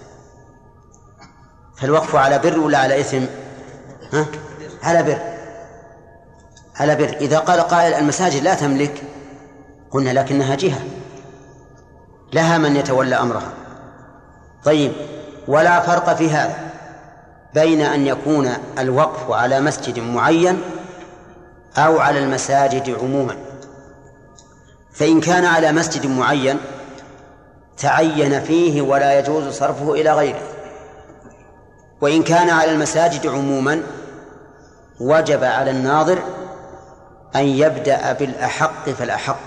فالوقف على بر ولا على إثم؟ ها؟ على بر على بر. إذا قال قائل المساجد لا تملك، قلنا لكنها جهة لها من يتولى أمرها. طيب ولا فرق في هذا بين أن يكون الوقف على مسجد معين أو على المساجد عموما، فإن كان على مسجد معين تعين فيه ولا يجوز صرفه إلى غيره. وإن كان على المساجد عموما وجب على الناظر أن يبدأ بالأحق فالأحق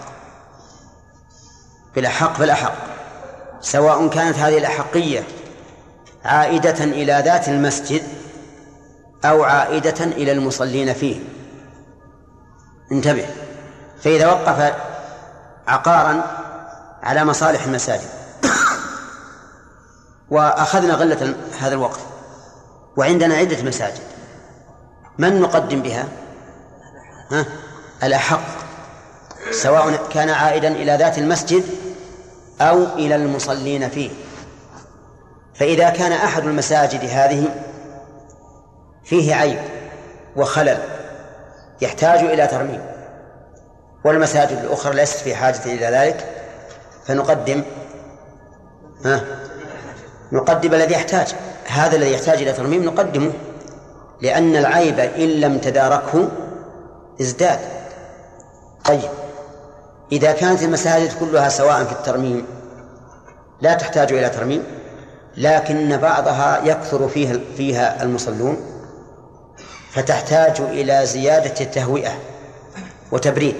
بالأحق فالأحق سواء كانت هذه الأحقية عائدة إلى ذات المسجد أو عائدة إلى المصلين فيه. انتبه، فإذا وقف عقارا على مصالح المساجد وأخذنا غلة هذا الوقف وعندنا عدة مساجد، من نقدم بها؟ ها؟ الأحق، سواء كان عائدا إلى ذات المسجد أو إلى المصلين فيه. فإذا كان أحد المساجد هذه فيه عيب وخلل يحتاج إلى ترميم والمساجد الأخرى ليست في حاجة إلى ذلك، فنقدم ها نقدم الذي يحتاج. هذا الذي يحتاج إلى ترميم نقدمه، لأن العيب إن لم تداركه ازداد. طيب، إذا كانت المساجد كلها سواء في الترميم لا تحتاج إلى ترميم، لكن بعضها يكثر فيها فيها المصلون فتحتاج إلى زيادة التهوئة وتبريد،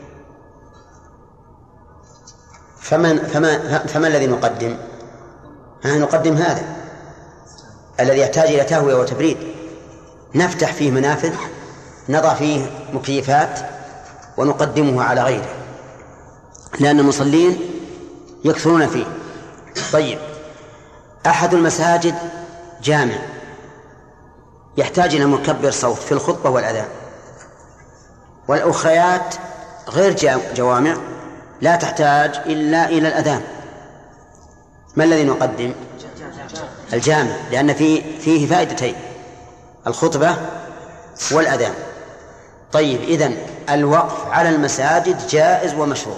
فمن فما فما الذي نقدم؟ ها نقدم هذا الذي يحتاج إلى تهوية وتبريد، نفتح فيه منافذ، نضع فيه مكيفات ونقدمه على غيره، لأن المصلين يكثرون فيه. طيب، أحد المساجد جامع يحتاج إلى مكبر صوت في الخطبة والأذان، والأخريات غير جوامع لا تحتاج إلا إلى الأذان، ما الذي نقدم؟ الجامع، لأن فيه, فيه فائدتين، الخطبة والأذان. طيب، إذن الوقف على المساجد جائز ومشروع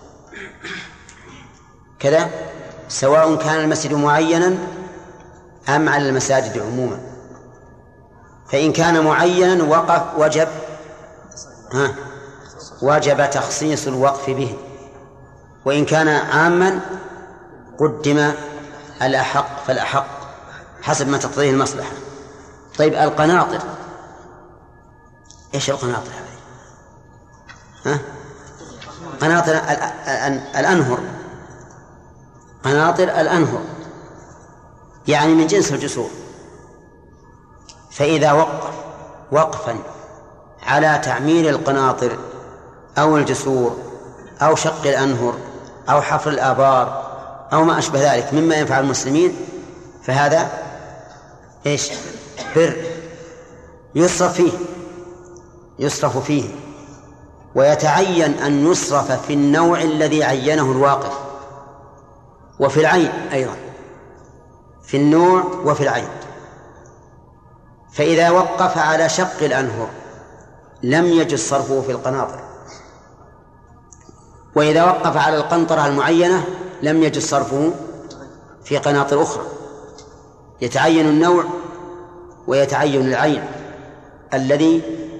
كذا، سواء كان المسجد معينا أم على المساجد عموما. فإن كان معينا وقف وجب ها وجب تخصيص الوقف به، وإن كان عاما قدم الأحق فالأحق حسب ما تقتضيه المصلحة. طيب، القناطر، إيش القناطر هذه؟ ها؟ قناطر الأنهر، قناطر الأنهر يعني من جنس الجسور. فإذا وقف وقفا على تعمير القناطر أو الجسور أو شق الأنهر أو حفر الآبار أو ما أشبه ذلك مما ينفع المسلمين، فهذا إيش؟ بر يصرف فيه يصرف فيه ويتعين أن يصرف في النوع الذي عينه الواقف، وفي العين أيضا، في النوع وفي العين. فإذا وقف على شق الأنهر لم يجز صرفه في القناطر، وإذا وقف على القنطرة المعينة لم يجز صرفه في قناطر أخرى. يتعين النوع ويتعين العين الذي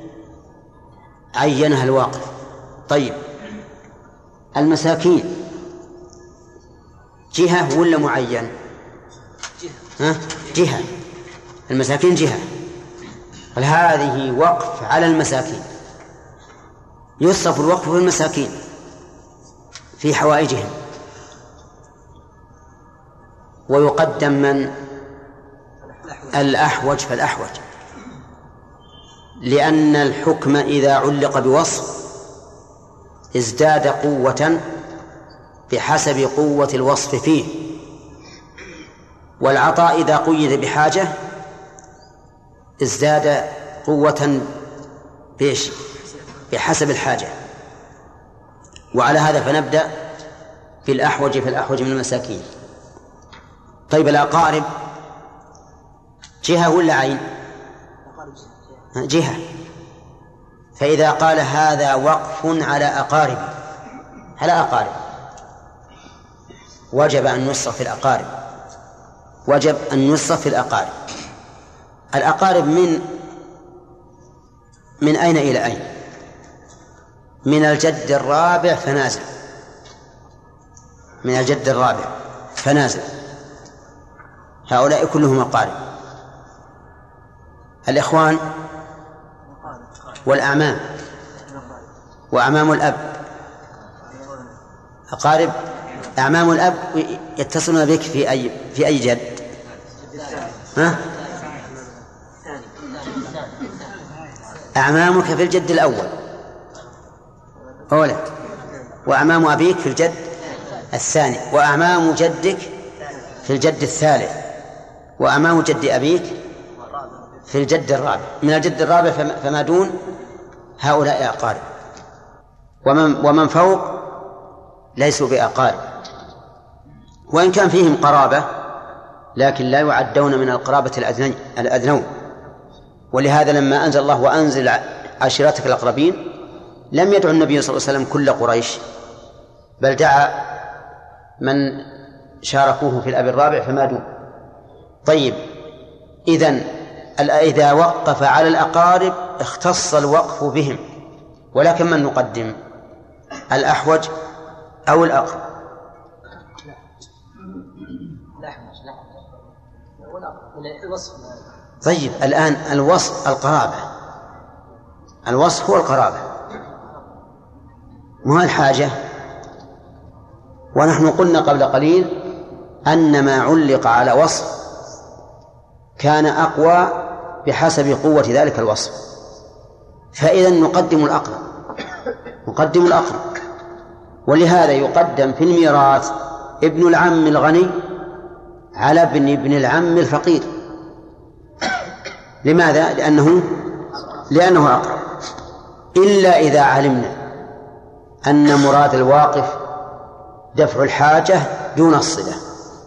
عينها الواقف. طيب، المساكين جهة ولا معين؟ ها؟ جهة، المساكين جهة، هذه وقف على المساكين، يصرف الوقف في المساكين في حوائجهم، ويقدم من الأحوج فالأحوج، لأن الحكم إذا علق بوصف ازداد قوة بحسب قوة الوصف فيه، والعطاء إذا قيد بحاجة ازداد قوة بيش بحسب الحاجة. وعلى هذا فنبدأ بالأحوج فالأحوج من المساكين. طيب، الأقارب جهة ولا عين؟ جهة. فإذا قال هذا وقف على أقارب على أقارب وجب أن يصرف في الأقارب وجب أن يصرف في الأقارب. الأقارب من من أين إلى أين؟ من الجد الرابع فنازل من الجد الرابع فنازل، هؤلاء كلهم أقارب. الإخوان والأعمام وأعمام الأب أقارب. أعمام الأب يتصلون بك في أي في أي جد؟ ها؟ أعمامك في الجد الأول أولد، وأعمام أبيك في الجد الثاني، وأعمام جدك في الجد الثالث، وأعمام جد أبيك في الجد الرابع. من الجد الرابع فما دون هؤلاء أقارب، ومن, ومن فوق ليسوا بأقارب، وإن كان فيهم قرابة لكن لا يعدون من القرابة الأدنون. ولهذا لما أنزل الله وأنزل عشيرتك الأقربين لم يدعو النبي صلى الله عليه وسلم كل قريش، بل دعا من شاركوه في الأب الرابع فما دون. طيب، إذن إذا وقف على الأقارب اختص الوقف بهم، ولكن من نقدم، الأحوج أو الأقرب؟ طيب، الآن الوصف القرابة، الوصف هو القرابة مو الحاجة. ونحن قلنا قبل قليل أن ما علق على وصف كان أقوى بحسب قوة ذلك الوصف، فإذا نقدم الأقرب نقدم الأقرب ولهذا يقدم في الميراث ابن العم الغني على ابن ابن العم الفقير. لماذا؟ لأنه لأنه أقرب، إلا إذا علمنا أن مراد الواقف دفع الحاجة دون الصلة.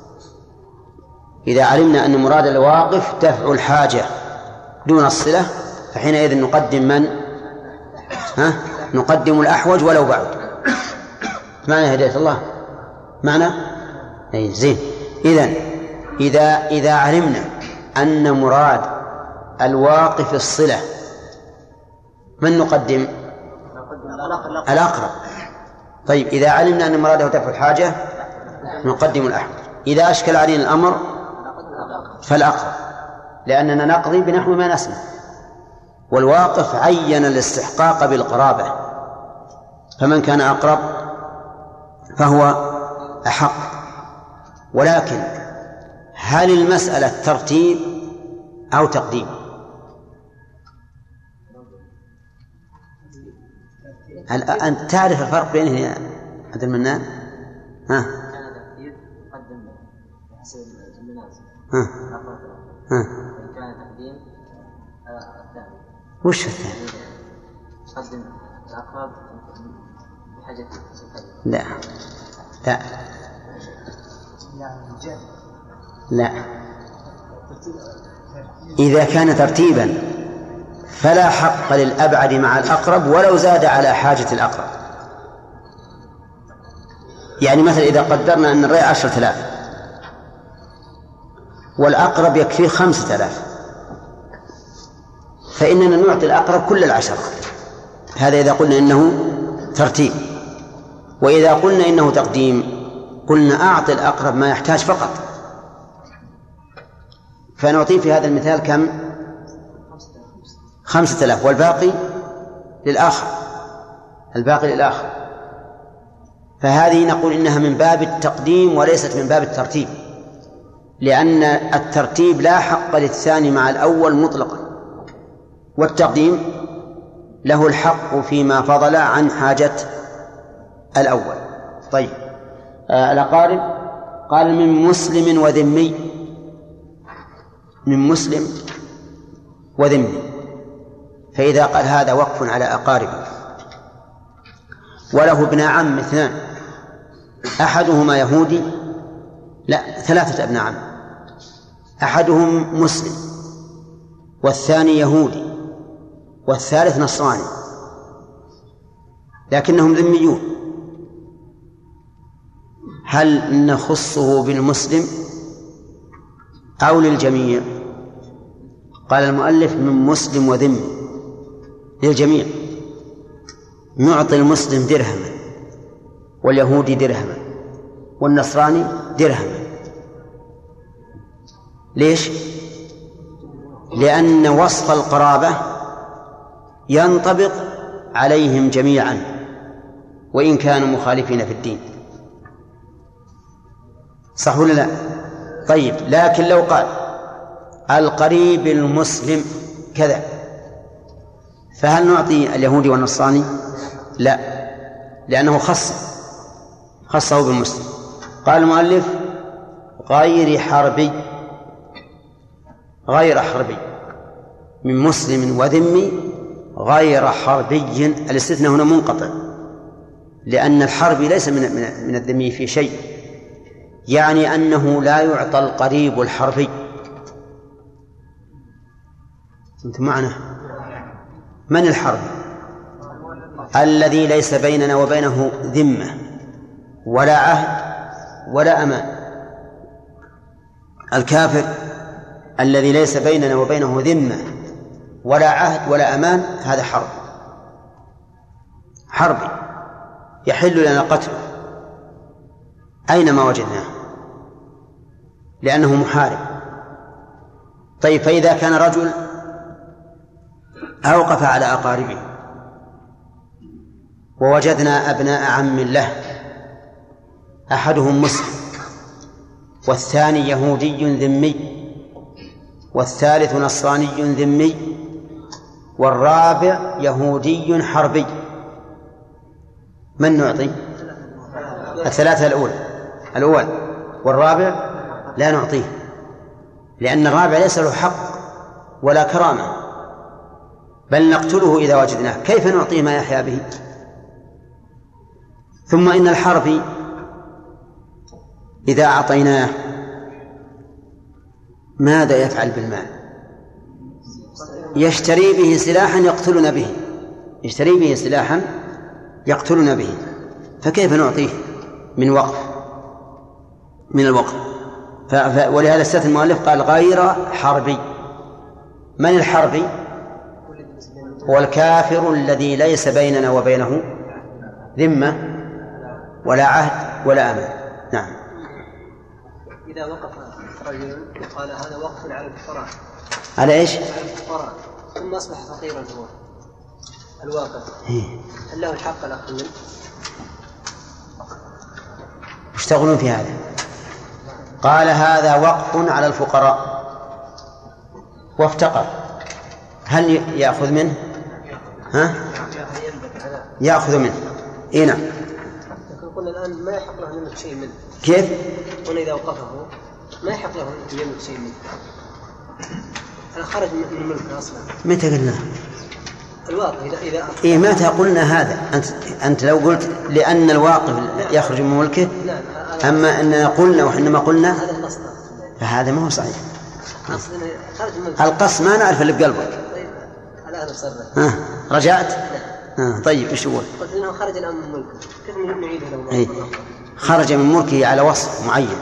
إذا علمنا أن مراد الواقف دفع الحاجة دون الصلة فحينئذ نقدم من؟ ها؟ نقدم الأحوج ولو بعد. معنى هداية الله معنى أي زين. إذن إذا إذا علمنا أن مراد الواقف الصلة من نقدم؟ الأقرب. طيب، إذا علمنا أن مراده دفع الحاجة نقدم الأحوج. إذا أشكل علينا الأمر فالأقرب، لأننا نقضي بنحو ما نسمع، والواقف عين الاستحقاق بالقرابة، فمن كان أقرب فهو أحق. ولكن هل المسألة ترتيب أو تقديم؟ هل أنت تعرف الفرق بينه يا عبد المنان؟ ها؟ ها؟ ها؟ وش الثاني؟ قدم الأقرب بحاجة لا لا لا إذا كان ترتيبا فلا حق للأبعد مع الأقرب ولو زاد على حاجة الأقرب. يعني مثلا إذا قدرنا أن الرأي عشرة آلاف والأقرب يكفيه خمسة آلاف فإننا نعطي الأقرب كل العشرة. هذا إذا قلنا إنه ترتيب. وإذا قلنا إنه تقديم قلنا أعطي الأقرب ما يحتاج فقط، فنعطيه في هذا المثال كم؟ خمسة آلاف والباقي للآخر الباقي للآخر فهذه نقول إنها من باب التقديم وليست من باب الترتيب، لأن الترتيب لا حق للثاني مع الأول مطلقا، والتقديم له الحق فيما فضل عن حاجة الأول. طيب، آه الأقارب قال من مسلم وذمي، من مسلم وذمي، فإذا قال هذا وقف على أقاربه وله ابن عم اثنان أحدهما يهودي، لا ثلاثة ابن عم، أحدهم مسلم والثاني يهودي والثالث نصراني لكنهم ذميون، هل نخصه بالمسلم أو للجميع؟ قال المؤلف من مسلم وذمي للجميع، نعطي المسلم درهما واليهودي درهما والنصراني درهم. ليش؟ لأن وصف القرابة ينطبق عليهم جميعا وإن كانوا مخالفين في الدين، صح ولا لا؟ طيب، لكن لو قال القريب المسلم كذا، فهل نعطي اليهودي والنصراني؟ لا، لأنه خص خصه بالمسلم. قال المؤلف غير حربي، غير حربي من مسلم وذمي غير حربي. الاستثناء هنا منقطع، لأن الحربي ليس من من الذمي في شيء، يعني أنه لا يعطى القريب الحربي. أنت معنا؟ من الحربي؟ الذي ليس بيننا وبينه ذمة ولا عهد ولا أمان. الكافر الذي ليس بيننا وبينه ذمة ولا عهد ولا أمان هذا حرب، حربي يحل لنا قتله أينما وجدناه لأنه محارب. طيب، فإذا كان رجل أوقف على أقاربه ووجدنا أبناء عم له، أحدهم مسلم والثاني يهودي ذمي والثالث نصراني ذمي والرابع يهودي حربي، من نعطي؟ الثلاثة الأولى الأول والرابع لا نعطيه، لأن الرابع ليس له حق ولا كرامة، بل نقتله إذا وجدناه. كيف نعطيه ما يحيا به؟ ثم إن الحربي إذا أعطيناه ماذا يفعل بالمال؟ يشتري به سلاحا يقتلنا به، يشتري به سلاحا يقتلنا به، فكيف نعطيه من وقف من الوقف؟ ف... ف... ولهذا استثنى المؤلف قال غير حربي. من الحربي؟ هو الكافر الذي ليس بيننا وبينه ذمة ولا عهد ولا أمان. نعم. إذا وقف رجل وقال هذا وقف على الفقراء، على إيش؟ على الفقراء، ثم أصبح فقيرا هو الواقف، هل له الحق الأخذ منه؟ يشتغلون في هذا. قال هذا وقف على الفقراء وافتقر، هل يأخذ منه؟ ها؟ يأخذ منه. إيه نعم. لكن قلنا الآن ما يحق له أن يملك شيء منه. كيف؟ قلنا إذا وقفه ما يحق له أن يملك شيء منه، أنا خرج من ملكه أصلا. متى قلنا؟ الواقف إذا إذا إيه متى قلنا هذا؟ أنت أنت لو قلت لأن الواقف يخرج من ملكه، أما أننا قلنا وحينما قلنا فهذا ما هو صحيح. القص ما نعرف اللي بقلبك. ها رجعت؟ ها طيب إيش هو؟ قلت إنه خرج الآن من ملكه، كيف نعيده له؟ إيه خرج من ملكه على وصف معين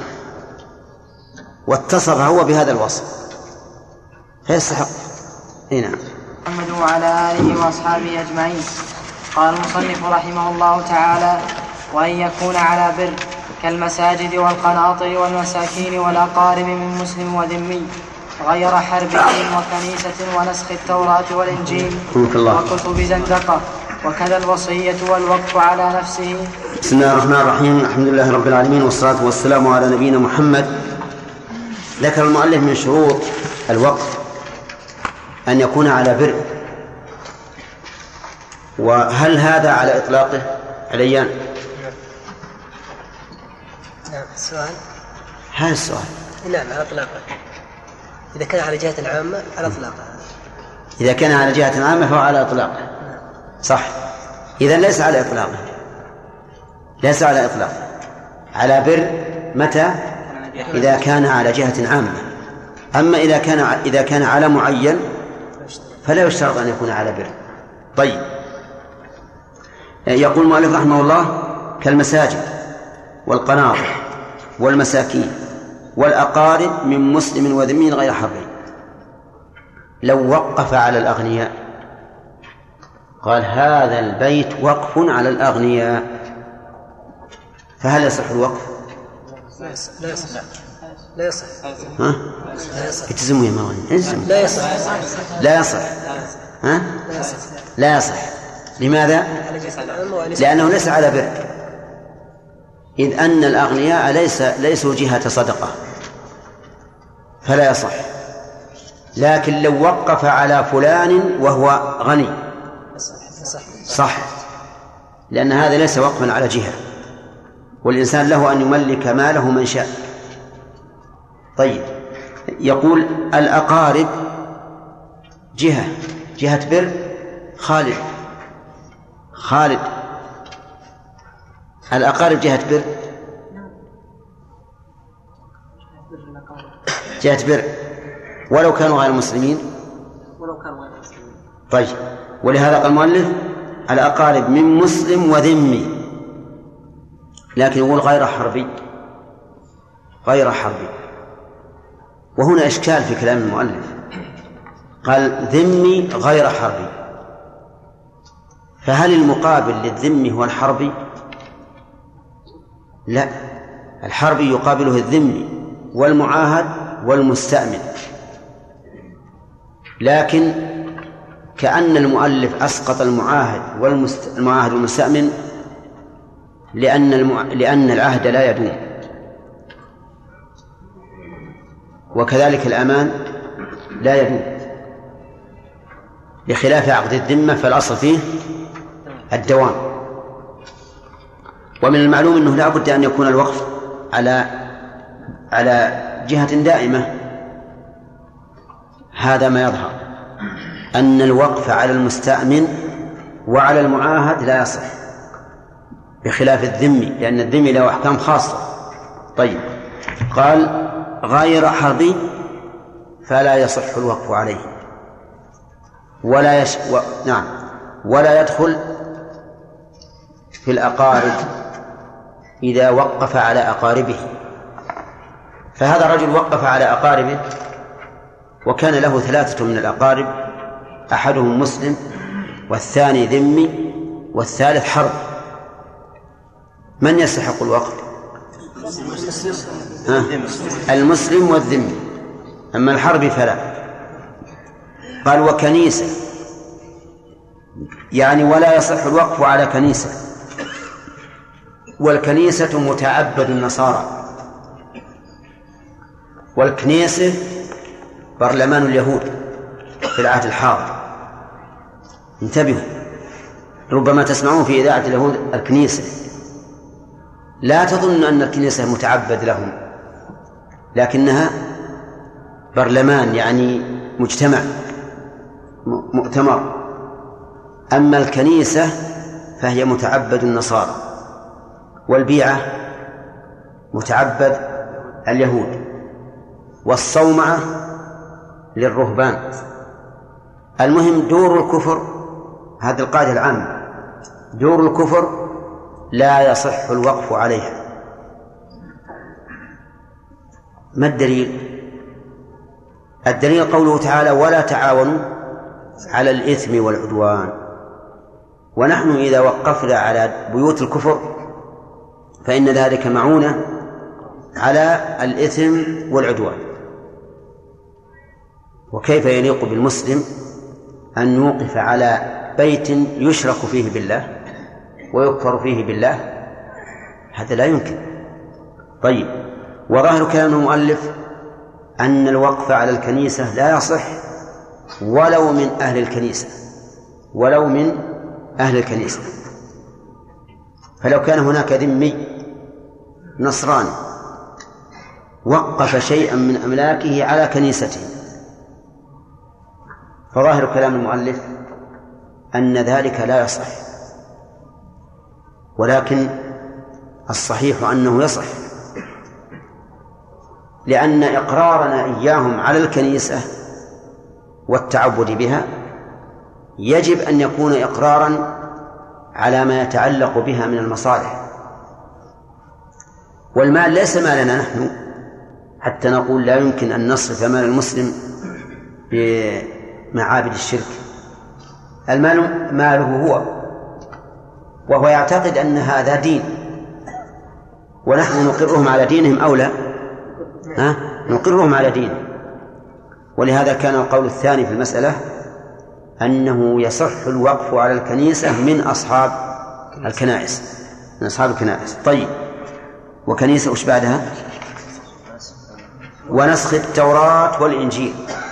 واتصف هو بهذا الوصف فيستحق. إيه نعم. محمد وعلى آله وأصحابه أجمعين. قال المصنف رحمه الله تعالى: وأن يكون على بر كالمساجد والقناطر والمساكين والأقارب من مسلم وذمي غير حرب وكنيسة ونسخ التوراة والإنجيل وكتب زندقة، وكذا الوصية والوقف على نفسه. بسم الله الرحمن الرحيم، الحمد لله رب العالمين، والصلاة والسلام على نبينا محمد. ذكر المؤلف من شروط الوقف أن يكون على بر، وهل هذا على إطلاقه عليان؟ نعم. السؤال هذا السؤال. نعم على إطلاقه. إذا كان على جهة العامة على إطلاقه. إذا كان على جهة عامة فهو على إطلاقه. صح. إذن ليس على إطلاقه، ليس على إطلاقه. على بر متى؟ إذا كان على جهة عامة. أما إذا كان إذا كان على معين فلا يشترط أن يكون على بر. طيب، يقول المؤلف رحمه الله: كالمساجد والقناطر والمساكين والأقارب من مسلم وذمي غير حربي. لو وقف على الأغنياء قال هذا البيت وقف على الأغنياء، فهل يصح الوقف؟ لا يصح لا يصح لا يصح ها؟ التزموا يا مولانا التزموا. لا يصح لا يصح ها؟ لا يصح. لماذا؟ لأنه ليس على بر، إذ أن الأغنياء ليس ليسوا جهة صدقة فلا يصح. لكن لو وقف على فلان وهو غني صح، لأن هذا ليس وقفا على جهة، والإنسان له أن يملك ماله من شاء. طيب، يقول الأقارب جهة جهة بر. خالد خالد الأقارب جهة بر جهة بر ولو كانوا غير مسلمين ولو كانوا غير مسلمين. طيب، ولهذا قال المؤلف الأقارب من مسلم وذمي، لكن يقول غير حربي غير حربي. وهنا إشكال في كلام المؤلف، قال ذمي غير حربي، فهل المقابل للذمي هو الحربي؟ لا، الحربي يقابله الذمي والمعاهد والمستأمن. لكن كأن المؤلف أسقط المعاهد والمست... المعاهد والمستأمن لأن المع... لأن العهد لا يدوم، وكذلك الأمان لا يدوم، بخلاف عقد الذمة فالأصل فيه الدوام. ومن المعلوم أنه لا بد أن يكون الوقف على على جهة دائمة. هذا ما يظهر أن الوقف على المستأمن وعلى المعاهد لا يصح، بخلاف الذمي، لأن الذمي له أحكام خاصة. طيب، قال غير حربي فلا يصح الوقف عليه ولا يش... و... نعم ولا يدخل في الأقارب إذا وقف على أقاربه. فهذا الرجل وقف على أقاربه وكان له ثلاثة من الأقارب، أحدهم مسلم والثاني ذمي والثالث حرب. من يستحق الوقف؟ ها؟ المسلم والذمي، أما الحرب فلا. قال وكنيسة، يعني ولا يصح الوقف على كنيسة، والكنيسة متعبد النصارى، والكنيسة برلمان اليهود في العهد الحاضر. انتبهوا، ربما تسمعون في إذاعة اليهود الكنيسة، لا تظن أن الكنيسة متعبد لهم، لكنها برلمان، يعني مجتمع مؤتمر. أما الكنيسة فهي متعبد النصارى، والبيعة متعبد اليهود، والصومعة للرهبان. المهم دور الكفر، هذه القاعدة العامة، دور الكفر لا يصح الوقف عليها. ما الدليل؟ الدليل قوله تعالى ولا تعاونوا على الإثم والعدوان. ونحن إذا وقفنا على بيوت الكفر فإن ذلك معونة على الإثم والعدوان. وكيف يليق بالمسلم أن يوقف على بيت يشرك فيه بالله ويكفر فيه بالله؟ هذا لا يمكن. طيب، وظاهر كلام المؤلف أن الوقف على الكنيسة لا يصح ولو من أهل الكنيسة، ولو من أهل الكنيسة. فلو كان هناك ذمي نصراني وقف شيئا من أملاكه على كنيسته، فظاهر كلام المؤلف أن ذلك لا يصح، ولكن الصحيح أنه يصح، لأن إقرارنا إياهم على الكنيسة والتعبد بها يجب أن يكون إقرارا على ما يتعلق بها من المصالح. والمال ليس مالنا نحن حتى نقول لا يمكن أن نصرف مال المسلم بمعابد الشرك. المال ماله هو، وهو يعتقد أن هذا دين، ونحن نقرهم على دينهم أو لا؟ ها؟ نقرهم على دينهم. ولهذا كان القول الثاني في المسألة أنه يصح الوقف على الكنيسة من أصحاب الكنائس، من أصحاب الكنائس. طيب، وكنيسة وش بعدها؟ ونسخ التوراة والإنجيل.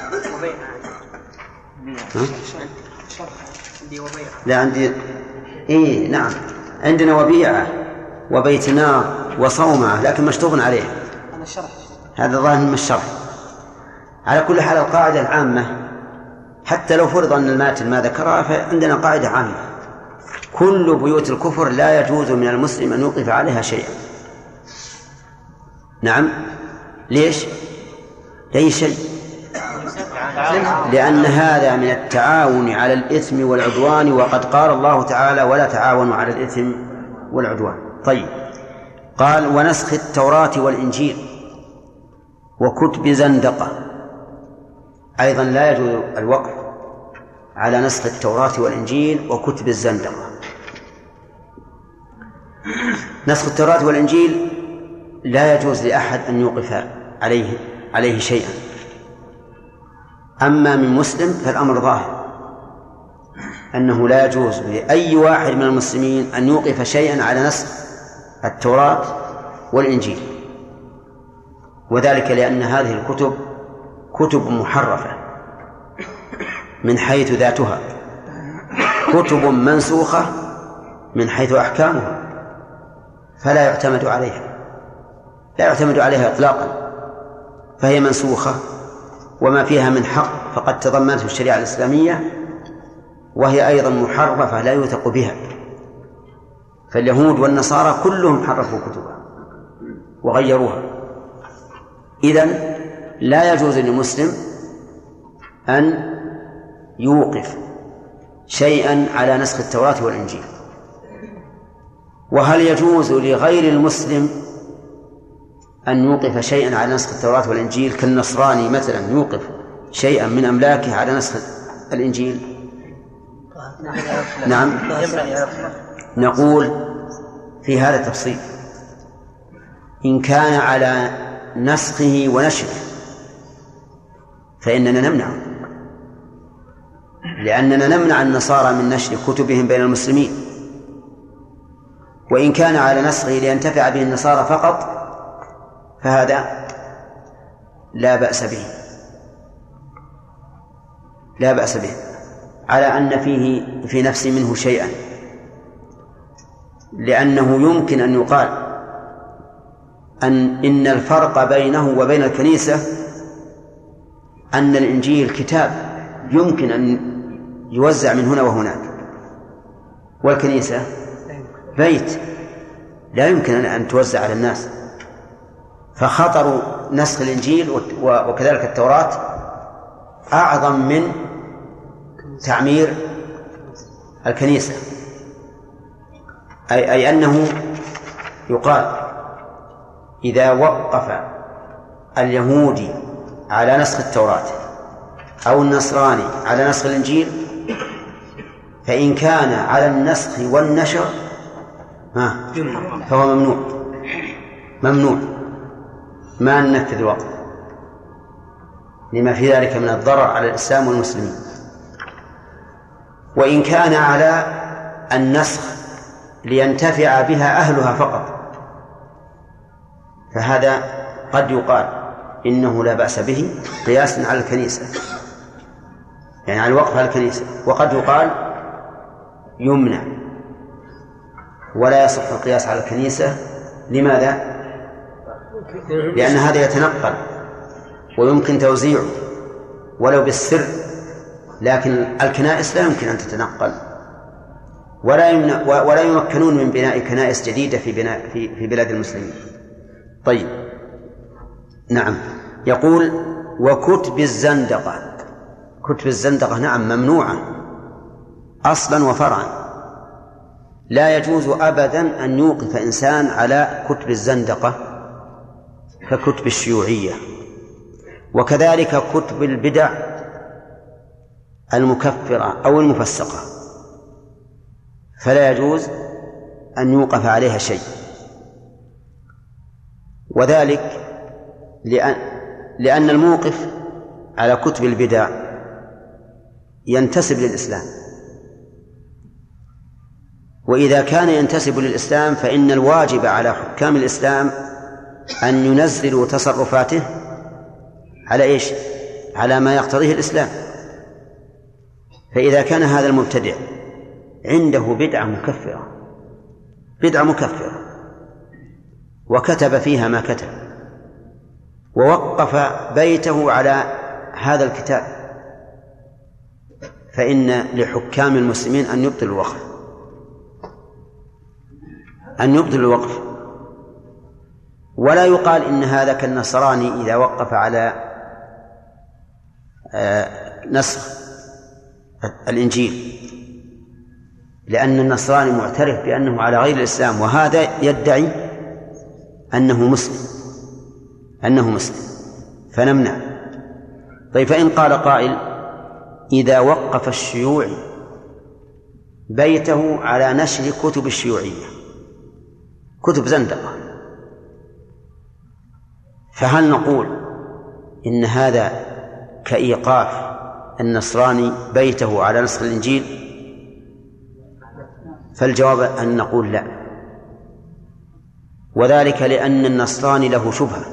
لا عندي. إيه نعم، عندنا وبيعة وبيت نار وصومعة، لكن مشطوب عليه. هذا ظاهر من الشرح. على كل حال القاعدة العامة حتى لو فرض أن الماتن ما ذكرها، فعندنا قاعدة عامة: كل بيوت الكفر لا يجوز من المسلم أن يوقف عليها شيئا. نعم. ليش؟ أي شيء؟ لأن هذا من التعاون على الإثم والعدوان، وقد قال الله تعالى: ولا تعاونوا على الإثم والعدوان. طيب، قال: ونسخ التوراة والإنجيل وكتب زندقة. أيضا لا يجوز الوقف على نسخ التوراة والإنجيل وكتب الزندقة. نسخ التوراة والإنجيل لا يجوز لأحد أن يوقف عليه عليه شيئا. أما من مسلم فالأمر ظاهر أنه لا يجوز لأي واحد من المسلمين أن يوقف شيئا على نسخ التوراة والإنجيل، وذلك لأن هذه الكتب كتب محرفة من حيث ذاتها، كتب منسوخة من حيث أحكامها، فلا يعتمد عليها لا يعتمد عليها إطلاقا، فهي منسوخة، وما فيها من حق فقد تضمنته الشريعة الإسلامية، وهي أيضا محرفة لا يوثق بها. فاليهود والنصارى كلهم حرفوا كتبها وغيروها. إذن لا يجوز للمسلم أن يوقف شيئا على نسخ التوراة والإنجيل. وهل يجوز لغير المسلم أن يوقف شيئا على نسخ التوراة والإنجيل؟ كالنصراني مثلا يوقف شيئا من أملاكه على نسخ الإنجيل؟ نعم. نقول في هذا التفصيل: إن كان على نسخه ونشره فإننا نمنعه، لأننا نمنع النصارى من نشر كتبهم بين المسلمين. وإن كان على نسخه لينتفع به النصارى فقط فهذا لا بأس به لا بأس به على أن فيه في نفس منه شيئا، لأنه يمكن أن يقال أن إن الفرق بينه وبين الكنيسة أن الإنجيل كتاب يمكن أن يوزع من هنا وهناك، والكنيسة بيت لا يمكن أن توزع على الناس. فخطر نسخ الإنجيل وكذلك التوراة أعظم من تعمير الكنيسة، أي, أي أنه يقال إذا وقف اليهودي على نسخ التوراة أو النصراني على نسخ الإنجيل، فإن كان على النسخ والنشر فهو ممنوع ممنوع ما ننفذ الوقف، لما في ذلك من الضرر على الإسلام والمسلمين. وإن كان على النسخ لينتفع بها أهلها فقط فهذا قد يقال إنه لا بأس به قياسا على الكنيسة، يعني على الوقف على الكنيسة. وقد يقال يمنع ولا يصح القياس على الكنيسة. لماذا؟ لأن هذا يتنقل ويمكن توزيعه ولو بالسر، لكن الكنائس لا يمكن أن تتنقل، ولا يمنع ولا يمكنون من بناء كنائس جديدة في بناء في في بلاد المسلمين. طيب، نعم. يقول: وكتب الزندقة. كتب الزندقة نعم ممنوعة أصلا وفرعا، لا يجوز أبدا أن يوقف إنسان على كتب الزندقة ككتب الشيوعية، وكذلك كتب البدع المكفرة أو المفسقة، فلا يجوز أن يوقف عليها شيء. وذلك لأن, لأن الموقف على كتب البدع ينتسب للإسلام، وإذا كان ينتسب للإسلام فإن الواجب على حكام الإسلام أن ينزلوا تصرفاته على إيش؟ على ما يقتضيه الإسلام. فإذا كان هذا المبتدع عنده بدعة مكفرة بدعة مكفرة وكتب فيها ما كتب ووقف بيته على هذا الكتاب، فإن لحكام المسلمين أن يبطلوا الوقف أن يبطلوا الوقف ولا يقال إن هذا كالنصراني إذا وقف على نسخ الإنجيل، لأن النصراني معترف بأنه على غير الإسلام وهذا يدعي أنه مسلم أنه مسلم فنمنع. طيب فإن قال قائل إذا وقف الشيوعي بيته على نشر كتب الشيوعية كتب زندقة، فهل نقول إن هذا كإيقاف النصراني بيته على نسخ الإنجيل؟ فالجواب أن نقول لا، وذلك لأن النصراني له شبهة،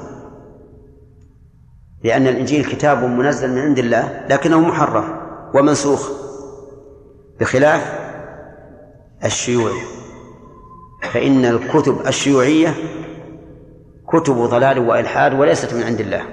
لأن الإنجيل كتاب منزل من عند الله لكنه محرف ومنسوخ بخلاف الشيوعي، فإن الكتب الشيوعية كتب ضلال وإلحاد وليست من عند الله.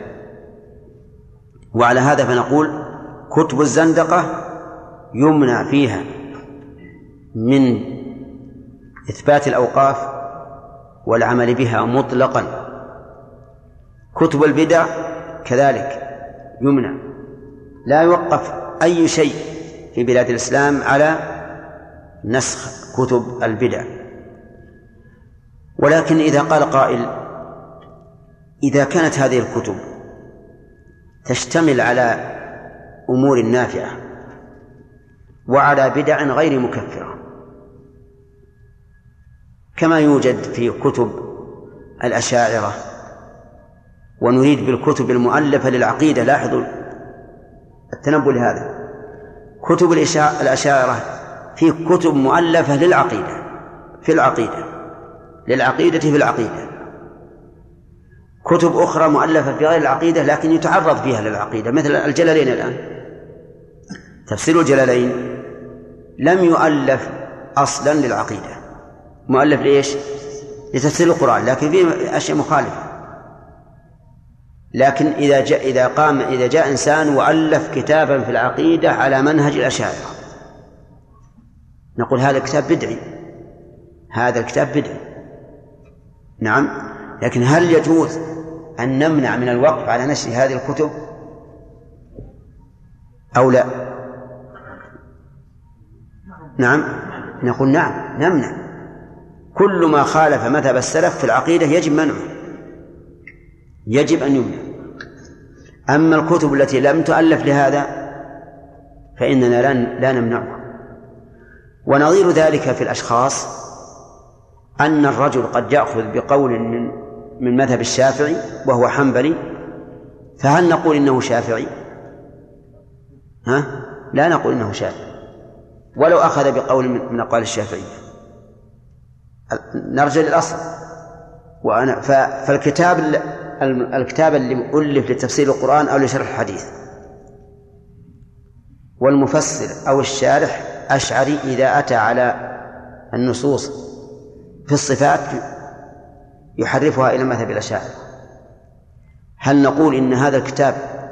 وعلى هذا فنقول كتب الزندقة يمنع فيها من إثبات الأوقاف والعمل بها مطلقا. كتب البدع كذلك يمنع، لا يوقف أي شيء في بلاد الإسلام على نسخ كتب البدع. ولكن إذا قال قائل إذا كانت هذه الكتب تشتمل على أمور نافعة وعلى بدع غير مكفرة كما يوجد في كتب الأشاعرة، ونريد بالكتب المؤلفة للعقيدة، لاحظوا التنبؤ لهذا، كتب الأشاعرة في كتب مؤلفة للعقيدة في العقيدة للعقيدة في العقيدة كتب أخرى مؤلفة في غير العقيدة لكن يتعرض فيها للعقيدة، مثل الجلالين الآن. تفسير الجلالين لم يؤلف أصلا للعقيدة، مؤلف لإيش؟ لتفسير القرآن، لكن فيه أشياء مخالفة. لكن إذا جاء إذا قام إذا جاء إنسان وألف كتابا في العقيدة على منهج الأشاعرة نقول هذا الكتاب بدعي، هذا الكتاب بدعي. نعم، لكن هل يجوز أن نمنع من الوقف على نشر هذه الكتب أو لا؟ نعم، نقول نعم نمنع. كل ما خالف مذهب السلف في العقيدة يجب منعه، يجب أن يمنع. أما الكتب التي لم تؤلف لهذا فإننا لا نمنعها. ونظير ذلك في الأشخاص أن الرجل قد يأخذ بقول من من مذهب الشافعي وهو حنبلي، فهل نقول إنه شافعي؟ ها؟ لا نقول إنه شافعي ولو أخذ بقول من أقوال الشافعية، نرجع للأصل. وأنا فالكتاب الكتاب اللي ألف لتفسير القرآن أو لشرح الحديث والمفسر أو الشارح أشعري إذا أتى على النصوص في الصفات يحرفها إلى مذهب الأشاعرة، هل نقول إن هذا الكتاب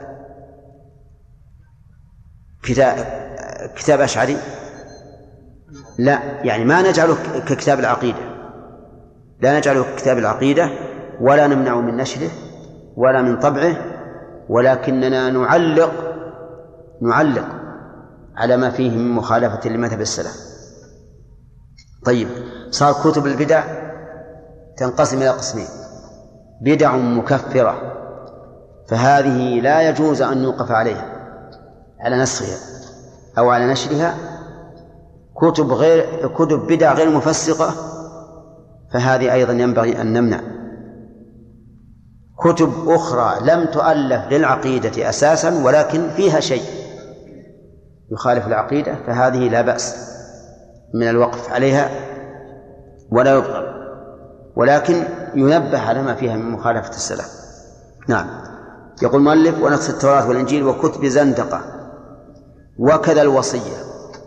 كتاب, كتاب أشعري؟ لا، يعني ما نجعله ككتاب العقيدة، لا نجعله ككتاب العقيدة ولا نمنع من نشره ولا من طبعه، ولكننا نعلق نعلق على ما فيه من مخالفة لمذهب السلف. طيب، صار كتب البدع تنقسم إلى قسمين: بدع مكفرة فهذه لا يجوز أن يوقف عليها على نسخها أو على نشرها، كتب غير كتب بدع غير مفسقة فهذه أيضا ينبغي أن نمنع. كتب أخرى لم تؤلف للعقيدة أساسا ولكن فيها شيء يخالف العقيدة، فهذه لا بأس من الوقف عليها ولا يبطل، ولكن ينبه على ما فيها من مخالفة السلف. نعم. يقول المؤلف: ونسخ التوراة والإنجيل وكتب زندقة وكذا الوصية.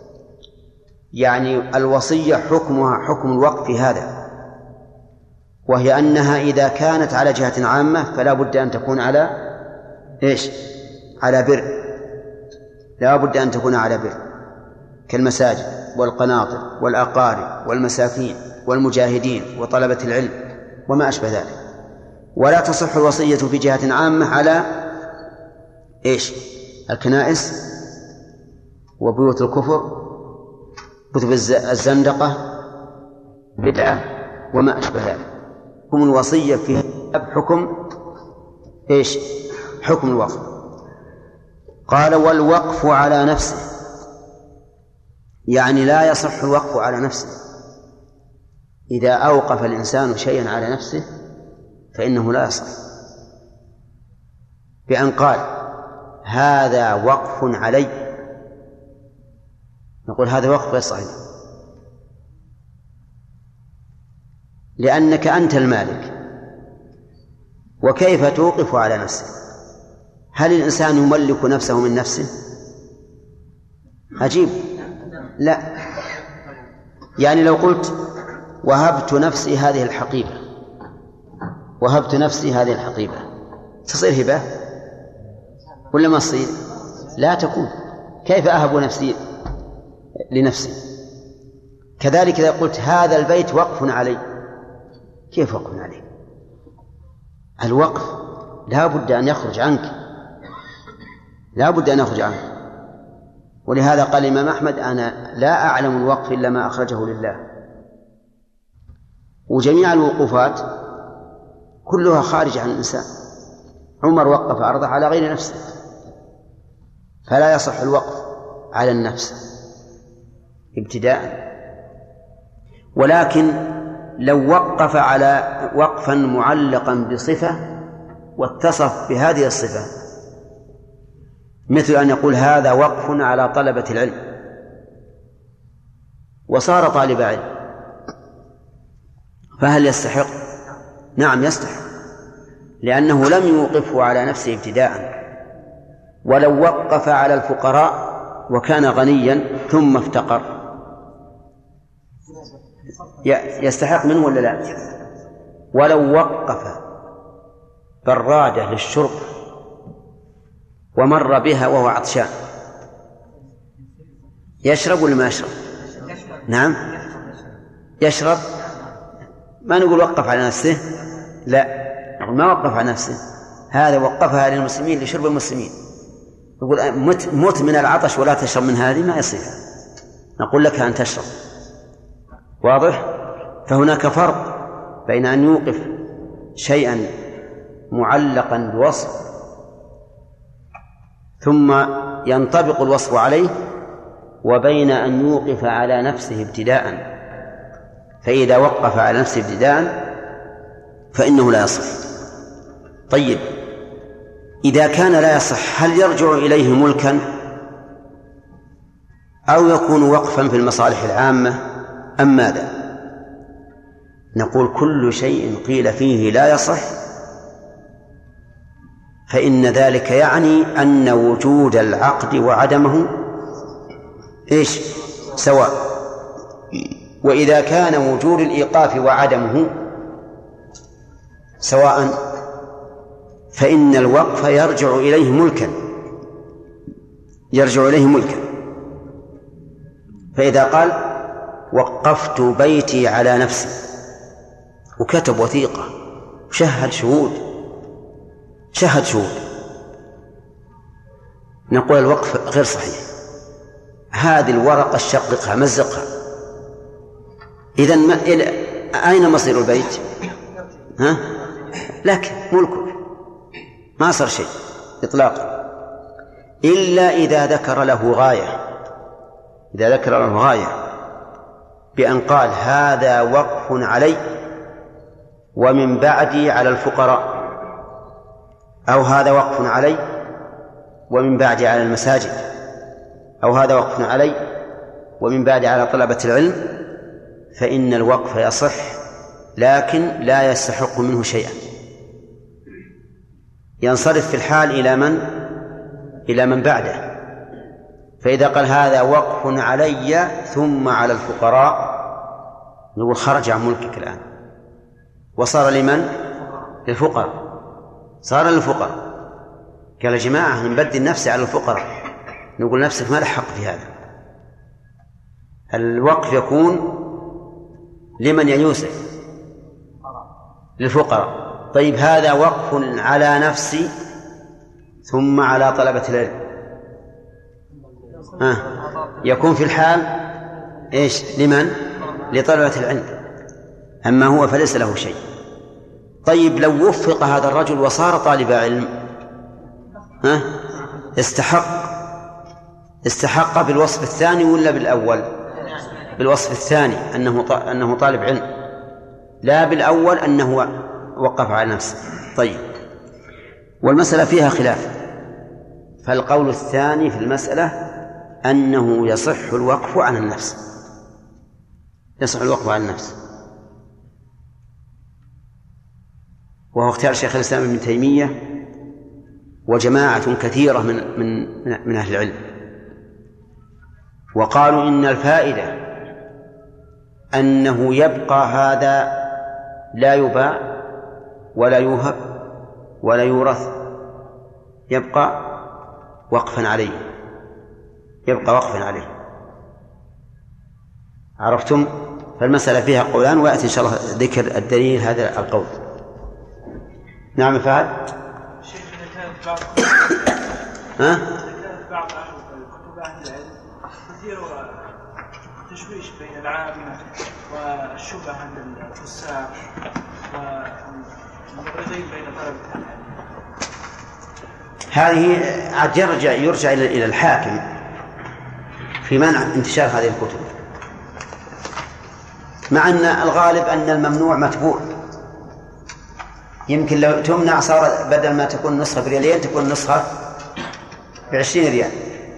يعني الوصية حكمها حكم الوقف هذا، وهي أنها إذا كانت على جهة عامة فلا بد أن تكون على إيش؟ على بر، لا بد أن تكون على بر، كالمساجد والقناطر والأقارب والمساكين والمجاهدين وطلبة العلم وما أشبه ذلك. ولا تصح الوصية في جهة عامة على إيش؟ الكنائس وبيوت الكفر، كتب الزندقة، بدعة وما أشبه ذلك. حكم الوصية في حكم إيش؟ حكم الوقف. قال: والوقف على نفسه، يعني لا يصح الوقف على نفسه. إذا أوقف الإنسان شيئا على نفسه فإنه لا يصح، بأن قال: هذا وقف علي، نقول هذا وقف غير صحيح، لأنك أنت المالك، وكيف توقف على نفسك؟ هل الإنسان يملك نفسه من نفسه؟ عجيب. لا. يعني لو قلت: وهبت نفسي هذه الحقيبة، وهبت نفسي هذه الحقيبة، تصير هبة ولا ما تصير؟ لا تكون. كيف أهب نفسي لنفسي؟ كذلك إذا قلت: هذا البيت وقف علي، كيف وقف علي؟ الوقف لا بد أن يخرج عنك، لا بد أن يخرج عنك. ولهذا قال الإمام أحمد: أنا لا أعلم الوقف إلا ما أخرجه لله. وجميع الوقوفات كلها خارج عن الإنسان. عمر وقف أرضه على غير نفسه، فلا يصح الوقف على النفس ابتداء. ولكن لو وقف على وقفا معلقا بصفة واتصف بهذه الصفة، مثل أن يقول: هذا وقف على طلبة العلم، وصار طالب علم، فهل يستحق؟ نعم يستحق، لأنه لم يوقفه على نفسه ابتداء. ولو وقف على الفقراء وكان غنيا ثم افتقر يستحق منه ولا لا؟ ولو وقف برادة للشرب ومر بها وهو عطشان، يشرب ولا ما يشرب؟ نعم يشرب. ما نقول وقف على نفسه، لا، نقول ما وقف على نفسه، هذا وقفها للمسلمين لشرب المسلمين. يقول مت, مت من العطش ولا تشرب من هذه، ما يصير، نقول لك أن تشرب. واضح؟ فهناك فرق بين أن يوقف شيئا معلقا بوصف ثم ينطبق الوصف عليه، وبين أن يوقف على نفسه ابتداء. فإذا وقف على نفسه ابتداء فإنه لا يصح. طيب، إذا كان لا يصح هل يرجع إليه ملكا أو يكون وقفا في المصالح العامة أم ماذا؟ نقول: كل شيء قيل فيه لا يصح فإن ذلك يعني أن وجود العقد وعدمه إيش؟ سواء. وإذا كان وجود الإيقاف وعدمه سواء فإن الوقف يرجع إليه ملكا، يرجع إليه ملكا. فإذا قال: وقفت بيتي على نفسي، وكتب وثيقة وشهد شهود شهد شهود نقول الوقف غير صحيح. هذه الورقة شققها مزقها، إذن ما أين مصير البيت؟ ها؟ لك ملكك، ما صار شيء إطلاقا، إلا إذا ذكر له غاية. إذا ذكر له غاية بأن قال: هذا وقف علي ومن بعدي على الفقراء، أو هذا وقف علي ومن بعد على المساجد، أو هذا وقف علي ومن بعد على طلبة العلم، فإن الوقف يصح لكن لا يستحق منه شيئا، ينصرف في الحال إلى من إلى من بعده. فإذا قال هذا وقف علي ثم على الفقراء، نقول خرج عن ملكك الآن وصار لمن؟ للفقراء، صار للفقراء. قال يا جماعة نبدل نفسي على الفقراء، نقول نفسك ما لك حق في هذا. الوقف يكون لمن يا يوسف؟ للفقراء. طيب هذا وقف على نفسي ثم على طلبة العلم، آه. يكون في الحال إيش؟ لمن؟ لطلبة العلم، أما هو فليس له شيء. طيب لو وفق هذا الرجل وصار طالب علم، ها؟ استحق استحق بالوصف الثاني ولا بالأول؟ بالوصف الثاني أنه أنه طالب علم، لا بالأول أنه وقف على نفسه. طيب والمسألة فيها خلاف، فالقول الثاني في المسألة أنه يصح الوقف على النفس، يصح الوقف على النفس، وهو اختيار شيخ الإسلام ابن تيمية وجماعة كثيرة من من من أهل العلم. وقالوا إن الفائدة أنه يبقى هذا لا يباع ولا يوهب ولا يورث، يبقى وقفا عليه، يبقى وقفا عليه. عرفتم؟ فالمسألة فيها قولان، ويأتي إن شاء الله ذكر الدليل هذا القول. نعم فهد. ها؟ بعض كتب أهل العلم كثير تشويش بين العامة والشبه عند الفساق والمغرضين بين طلبة العلم. هذه عاد يرجع يرجع إلى الحاكم في منع انتشار هذه الكتب، مع أن الغالب أن الممنوع متبوع. يمكن لو تمنع صار بدل ما تكون نسخة بريالين تكون نسخة بعشرين ريال.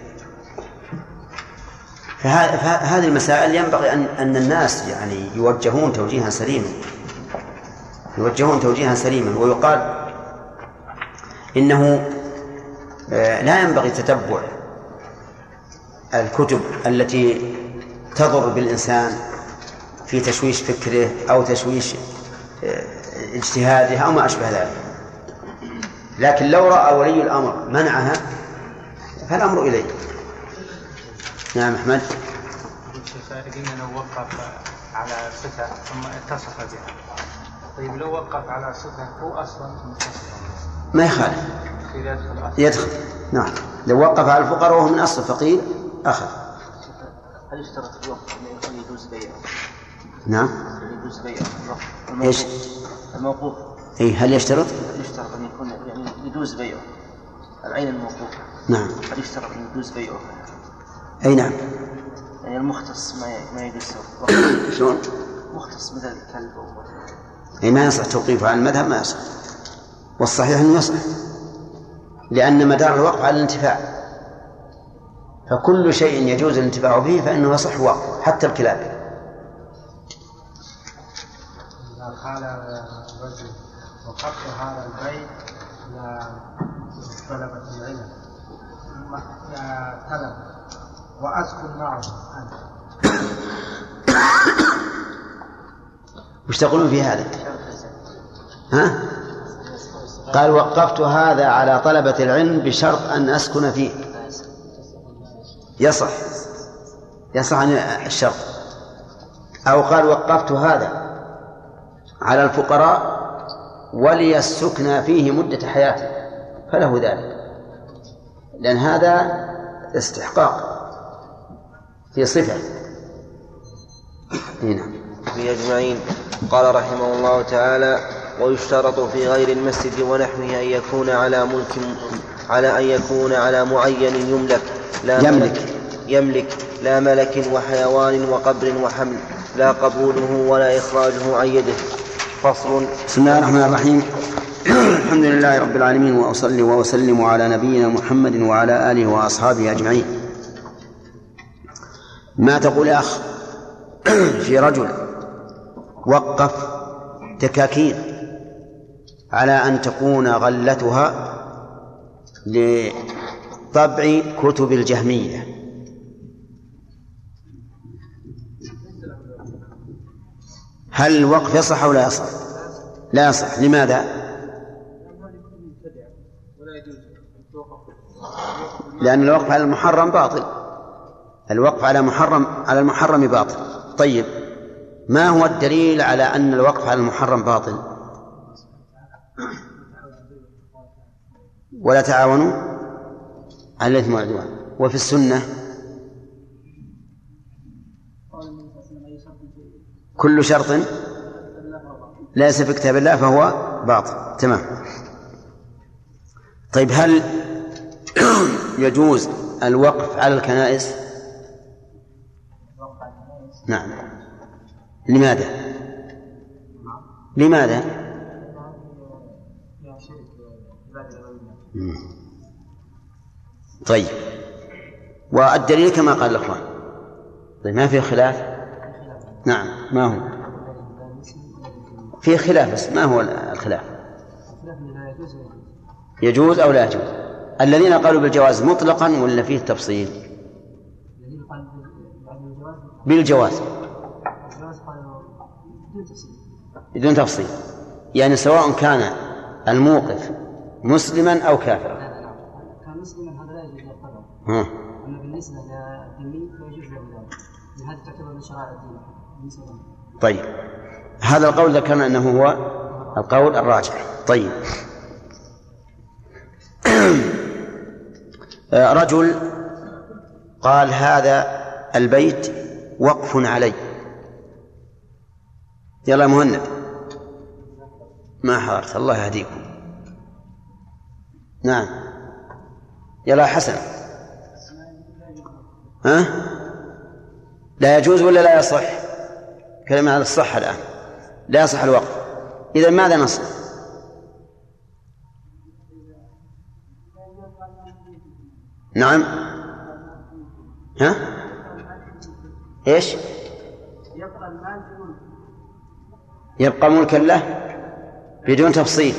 فهذه المسائل ينبغي أن أن الناس يعني يوجهون توجيها سليما، يوجهون توجيها سليما. ويقال إنه لا ينبغي تتبع الكتب التي تضر بالإنسان في تشويش فكره أو تشويش اجتهاده أو ما أشبه ذلك. لكن لو رأى ولي الأمر منعها فالأمر إليه. نعم أحمد. قلنا لو وقف على صفة ثم اتصف بها، طيب لو وقف على صفة هو أصلا متصف ما يخالف، يدخل. نعم لو وقف على الفقراء وهو من أصل فقير أخذ. هل يشترط الوقف أن يكون يجوز بيعه؟ نعم يجوز بيعه. إيش؟ الموقوف. إيه هل يشترط؟ هل يشترط أن يكون يعني يجوز بيعه العين الموقوفة؟ نعم. هل يشترط أن يجوز بيعه؟ أي نعم. يعني المختص ما ما يجوز. شلون؟ مختص مثل الكلب أو أي ما يصح توقيفه على المذهب، ما يصح. والصحيح أنه يصح، لأن مدار الوقف على الانتفاع، فكل شيء يجوز الانتفاع به فإنه يصح وقف، حتى الكلاب. إذا قال الرجل وقفت هذا البيت لطلبة العلم طلب وأسكن معه أنت، وش تقولون في هذا؟ ها؟ قال وقفت هذا على طلبة العلم بشرط أن أسكن فيه، يصح يصح عن الشرط. أو قال وقفت هذا على الفقراء وليسكن فيه مدة حياته، فله ذلك، لأن هذا استحقاق في صفة. هنا في أجمعين. قال رحمه الله تعالى: ويشترط في غير المسجد ونحوه أن يكون على ملك على أن يكون على معين يملك لا يملك ملك يملك لا ملك وحيوان وقبر وحمل، لا قبوله ولا إخراجه عن يده. فصل. بسم الله الرحمن الرحيم. الحمد لله رب العالمين، وأصلي وأسلم على نبينا محمد وعلى آله وأصحابه أجمعين. ما تقول يا أخ في رجل وقف تكاكين على أن تكون غلتها لطبع كتب الجهمية، هل الوقف يصح أو لا يصح؟ لا يصح. لماذا؟ لأن الوقف على المحرم باطل، الوقف على محرم على المحرم باطل. طيب، ما هو الدليل على أن الوقف على المحرم باطل؟ ولا تعاونوا على الإثم والعدوان. وفي السنة كل شرط ليس في كتاب الله فهو باطل. تمام. طيب، هل يجوز الوقف على الكنائس؟ نعم. لماذا؟ لماذا؟ طيب، والدليل كما قال الأخوان. طيب، ما في خلاف؟ نعم. ما هو؟ في خلاف، بس ما هو الخلاف؟ يجوز أو لا يجوز؟ الذين قالوا بالجواز مطلقا ولا فيه تفصيل؟ بالجواز بدون تفصيل، يعني سواء كان الموقف مسلما أو كافرا. كان مسلما هذا لا يجوز يقتضى، أما بالنسبة للذمي فيجوز له، لهذا تعتبر من شرائع الدين. طيب، هذا القول ذكرنا أنه هو القول الراجح. طيب، رجل قال هذا البيت وقف علي. يلا مهند، ما حضرت، الله يهديكم. نعم، يلا حسن. ها؟ لا يجوز ولا لا يصح؟ كلمة على الصحة الآن. لا يصح الوقف. إذا ماذا نصح؟ نعم. ها؟ إيش؟ يبقى ملكا له بدون تفصيل.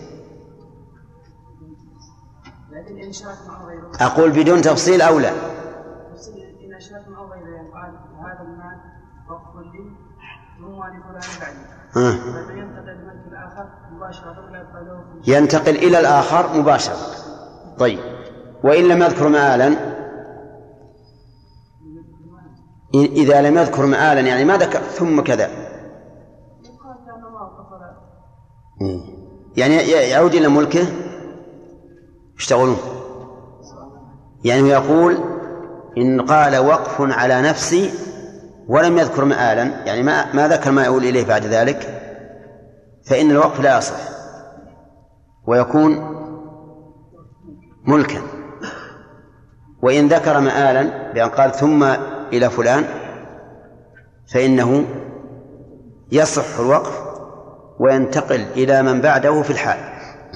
أقول بدون تفصيل أو لا؟ إن أشرك معه غيره يقال هذا المال وقف لي ثم لفلان بعدي، فينتقل الملك الآخر مباشرة ولا يبقى له. ينتقل إلى الآخر مباشرة. طيب، وإن لم يذكر مآلا، إذا لم يذكر مآلا يعني ما ذكر ثم كذا، يعني يعود إلى ملكه. يشتغلون يعني يقول إن قال وقف على نفسي ولم يذكر مآلا، يعني ما, ما ذكر ما يقول إليه بعد ذلك، فإن الوقف لا يصح ويكون ملكا. وإن ذكر مآلا بأن قال ثم إلى فلان فإنه يصح الوقف وينتقل إلى من بعده في الحال.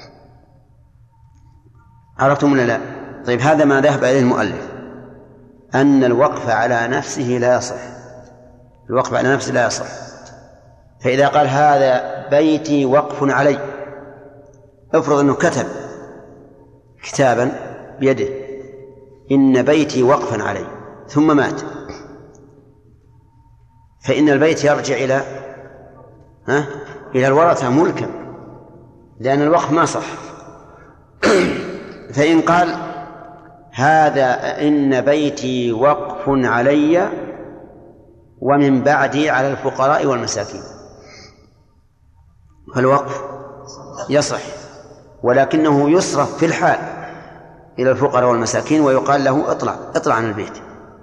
عرفتم ولا لا؟ طيب، هذا ما ذهب إليه المؤلف، أن الوقف على نفسه لا يصح. الوقف على نفسه لا يصح. فإذا قال هذا بيتي وقف علي، افرض أنه كتب كتابا بيده إن بيتي وقفا علي ثم مات، فإن البيت يرجع إلى ها إلى الورثة ملكا، لأن الوقف ما صح. فإن قال هذا إن بيتي وقف علي ومن بعدي على الفقراء والمساكين، فالوقف يصح، ولكنه يصرف في الحال إلى الفقراء والمساكين ويقال له اطلع اطلع عن البيت،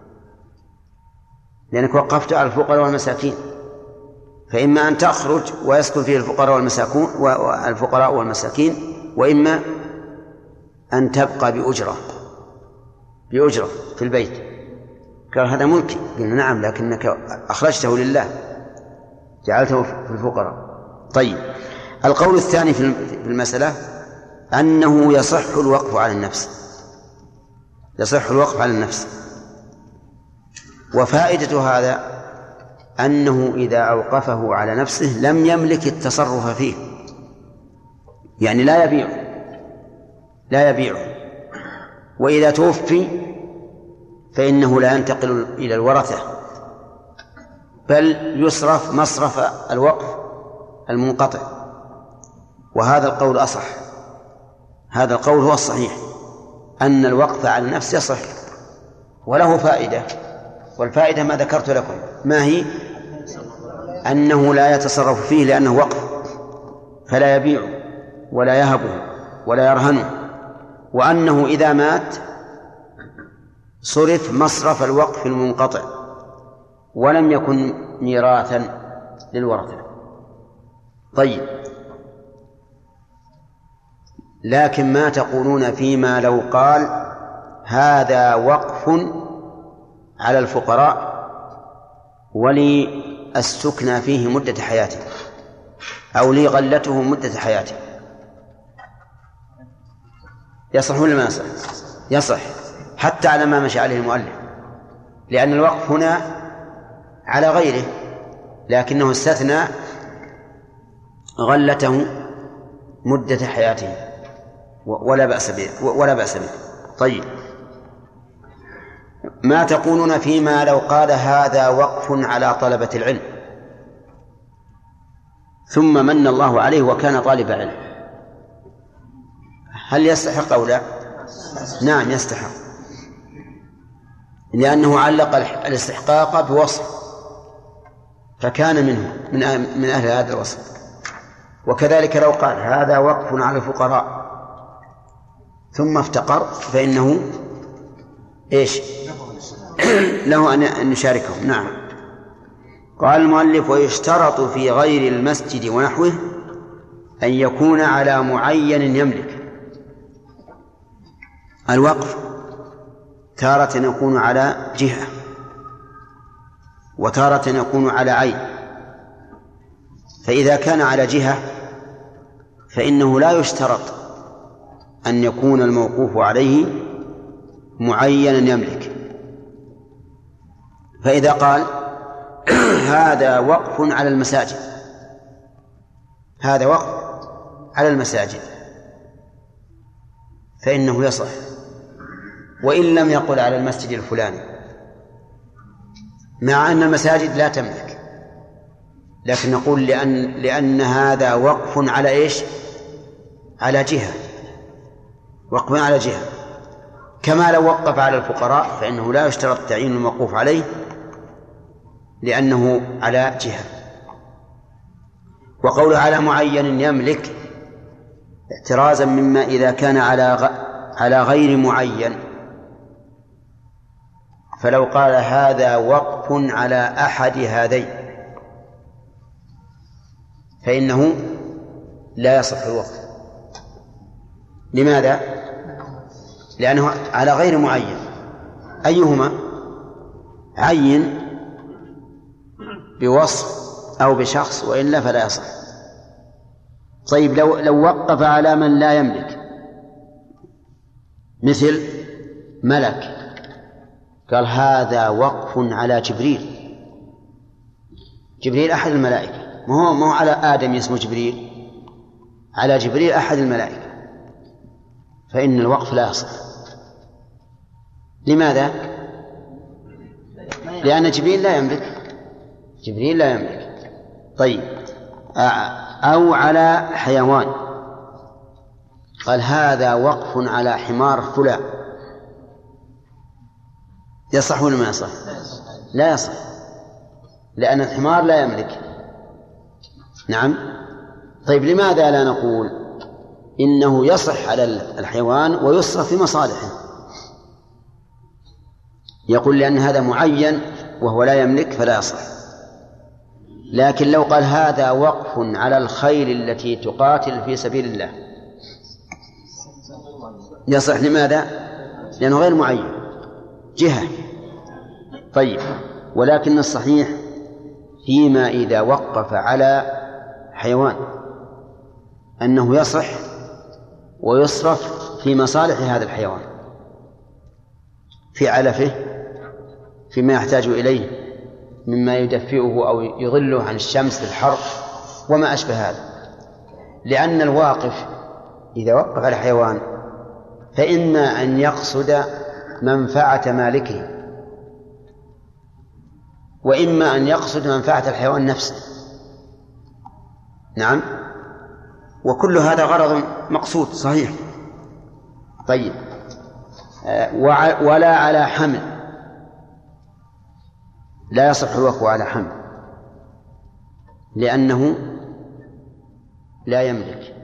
لأنك وقفت على الفقراء والمساكين. فإما أن تخرج ويسكن فيه الفقراء والمساكين والفقراء والمساكين، وإما أن تبقى بأجرة بأجرة في البيت. قال هذا ملكي. قلنا نعم، لكنك أخرجته لله، جعلته في الفقراء. طيب، القول الثاني في المسألة أنه يصح الوقف على النفس، يصح الوقف على النفس. وفائدة هذا أنه إذا أوقفه على نفسه لم يملك التصرف فيه، يعني لا يبيع لا يبيعه. وإذا توفي فإنه لا ينتقل إلى الورثة، بل يصرف مصرف الوقف المنقطع. وهذا القول أصح، هذا القول هو الصحيح، أن الوقف على النفس يصح وله فائدة. والفائدة ما ذكرت لكم، ما هي؟ أنه لا يتصرف فيه لأنه وقف، فلا يبيعه ولا يهبه ولا يرهنه، وأنه إذا مات صرف مصرف الوقف المنقطع ولم يكن ميراثا للورثة. طيب، لكن ما تقولون فيما لو قال هذا وقف على الفقراء ولي السكنى فيه مدة حياته، أو لي غلته مدة حياته، يصح ولا ما يصح؟ يصح، حتى على ما مشى عليه المؤلف، لأن الوقف هنا على غيره، لكنه استثنى غلته مدة حياته ولا بأس به ولا بأس به. طيب، ما تقولون فيما لو قال هذا وقف على طلبة العلم ثم من الله عليه وكان طالب علم، هل يستحق أو لا؟ نعم يستحق، لأنه علق الاستحقاق بوصف فكان منه من أهل هذا الوصف. وكذلك لو قال هذا وقف على الفقراء ثم افتقر فإنه إيش له أن نشاركهم. نعم. قال المؤلف: ويشترط في غير المسجد ونحوه أن يكون على معين يملك. الوقف تارة يكون على جهة وتارة يكون على عين، فإذا كان على جهة فإنه لا يشترط أن يكون الموقوف عليه معينا يملك. فإذا قال هذا وقف على المساجد، هذا وقف على المساجد، فإنه يصح، وإن لم يقل على المسجد الفلاني، مع أن المساجد لا تملك، لكن نقول لأن, لأن هذا وقف على إيش؟ على جهة، وقف على جهة، كما لو وقف على الفقراء فإنه لا يشترط تعيين الموقوف عليه لأنه على جهة. وقول على معين يملك احترازا مما إذا كان على غ... على غير معين، فلو قال هذا وقف على أحد هذين فإنه لا يصح الوقف. لماذا؟ لأنه على غير معين. أيهما؟ عين بوصف أو بشخص، وإلا فلا يصح. طيب، لو لو وقف على من لا يملك، مثل ملك، قال هذا وقف على جبريل. جبريل أحد الملائكة، ما هو ما هو على آدم اسمه جبريل، على جبريل أحد الملائكة، فإن الوقف لا يصح. لماذا؟ لأن جبريل لا يملك، جبريل لا يملك. طيب، أو على حيوان، قال هذا وقف على حمار فلان، يصح ولا ما يصح؟ لا يصح، لأن الحمار لا يملك. نعم. طيب، لماذا لا نقول إنه يصح على الحيوان ويصرف في مصالحه؟ يقول لأن هذا معين وهو لا يملك فلا يصح. لكن لو قال هذا وقف على الخيل التي تقاتل في سبيل الله يصح. لماذا؟ لأنه غير معين، جهة. طيب، ولكن الصحيح فيما إذا وقف على حيوان أنه يصح ويصرف في مصالح هذا الحيوان، في علفه، فيما يحتاج إليه مما يدفئه أو يظله عن الشمس للحر وما أشبه هذا. لأن الواقف إذا وقف على حيوان فإما أن يقصد منفعة مالكه، وإما أن يقصد منفعة الحيوان نفسه. نعم، وكل هذا غرض مقصود صحيح. طيب، ولا على حمل، لا يصح الوقف على حمل لأنه لا يملك.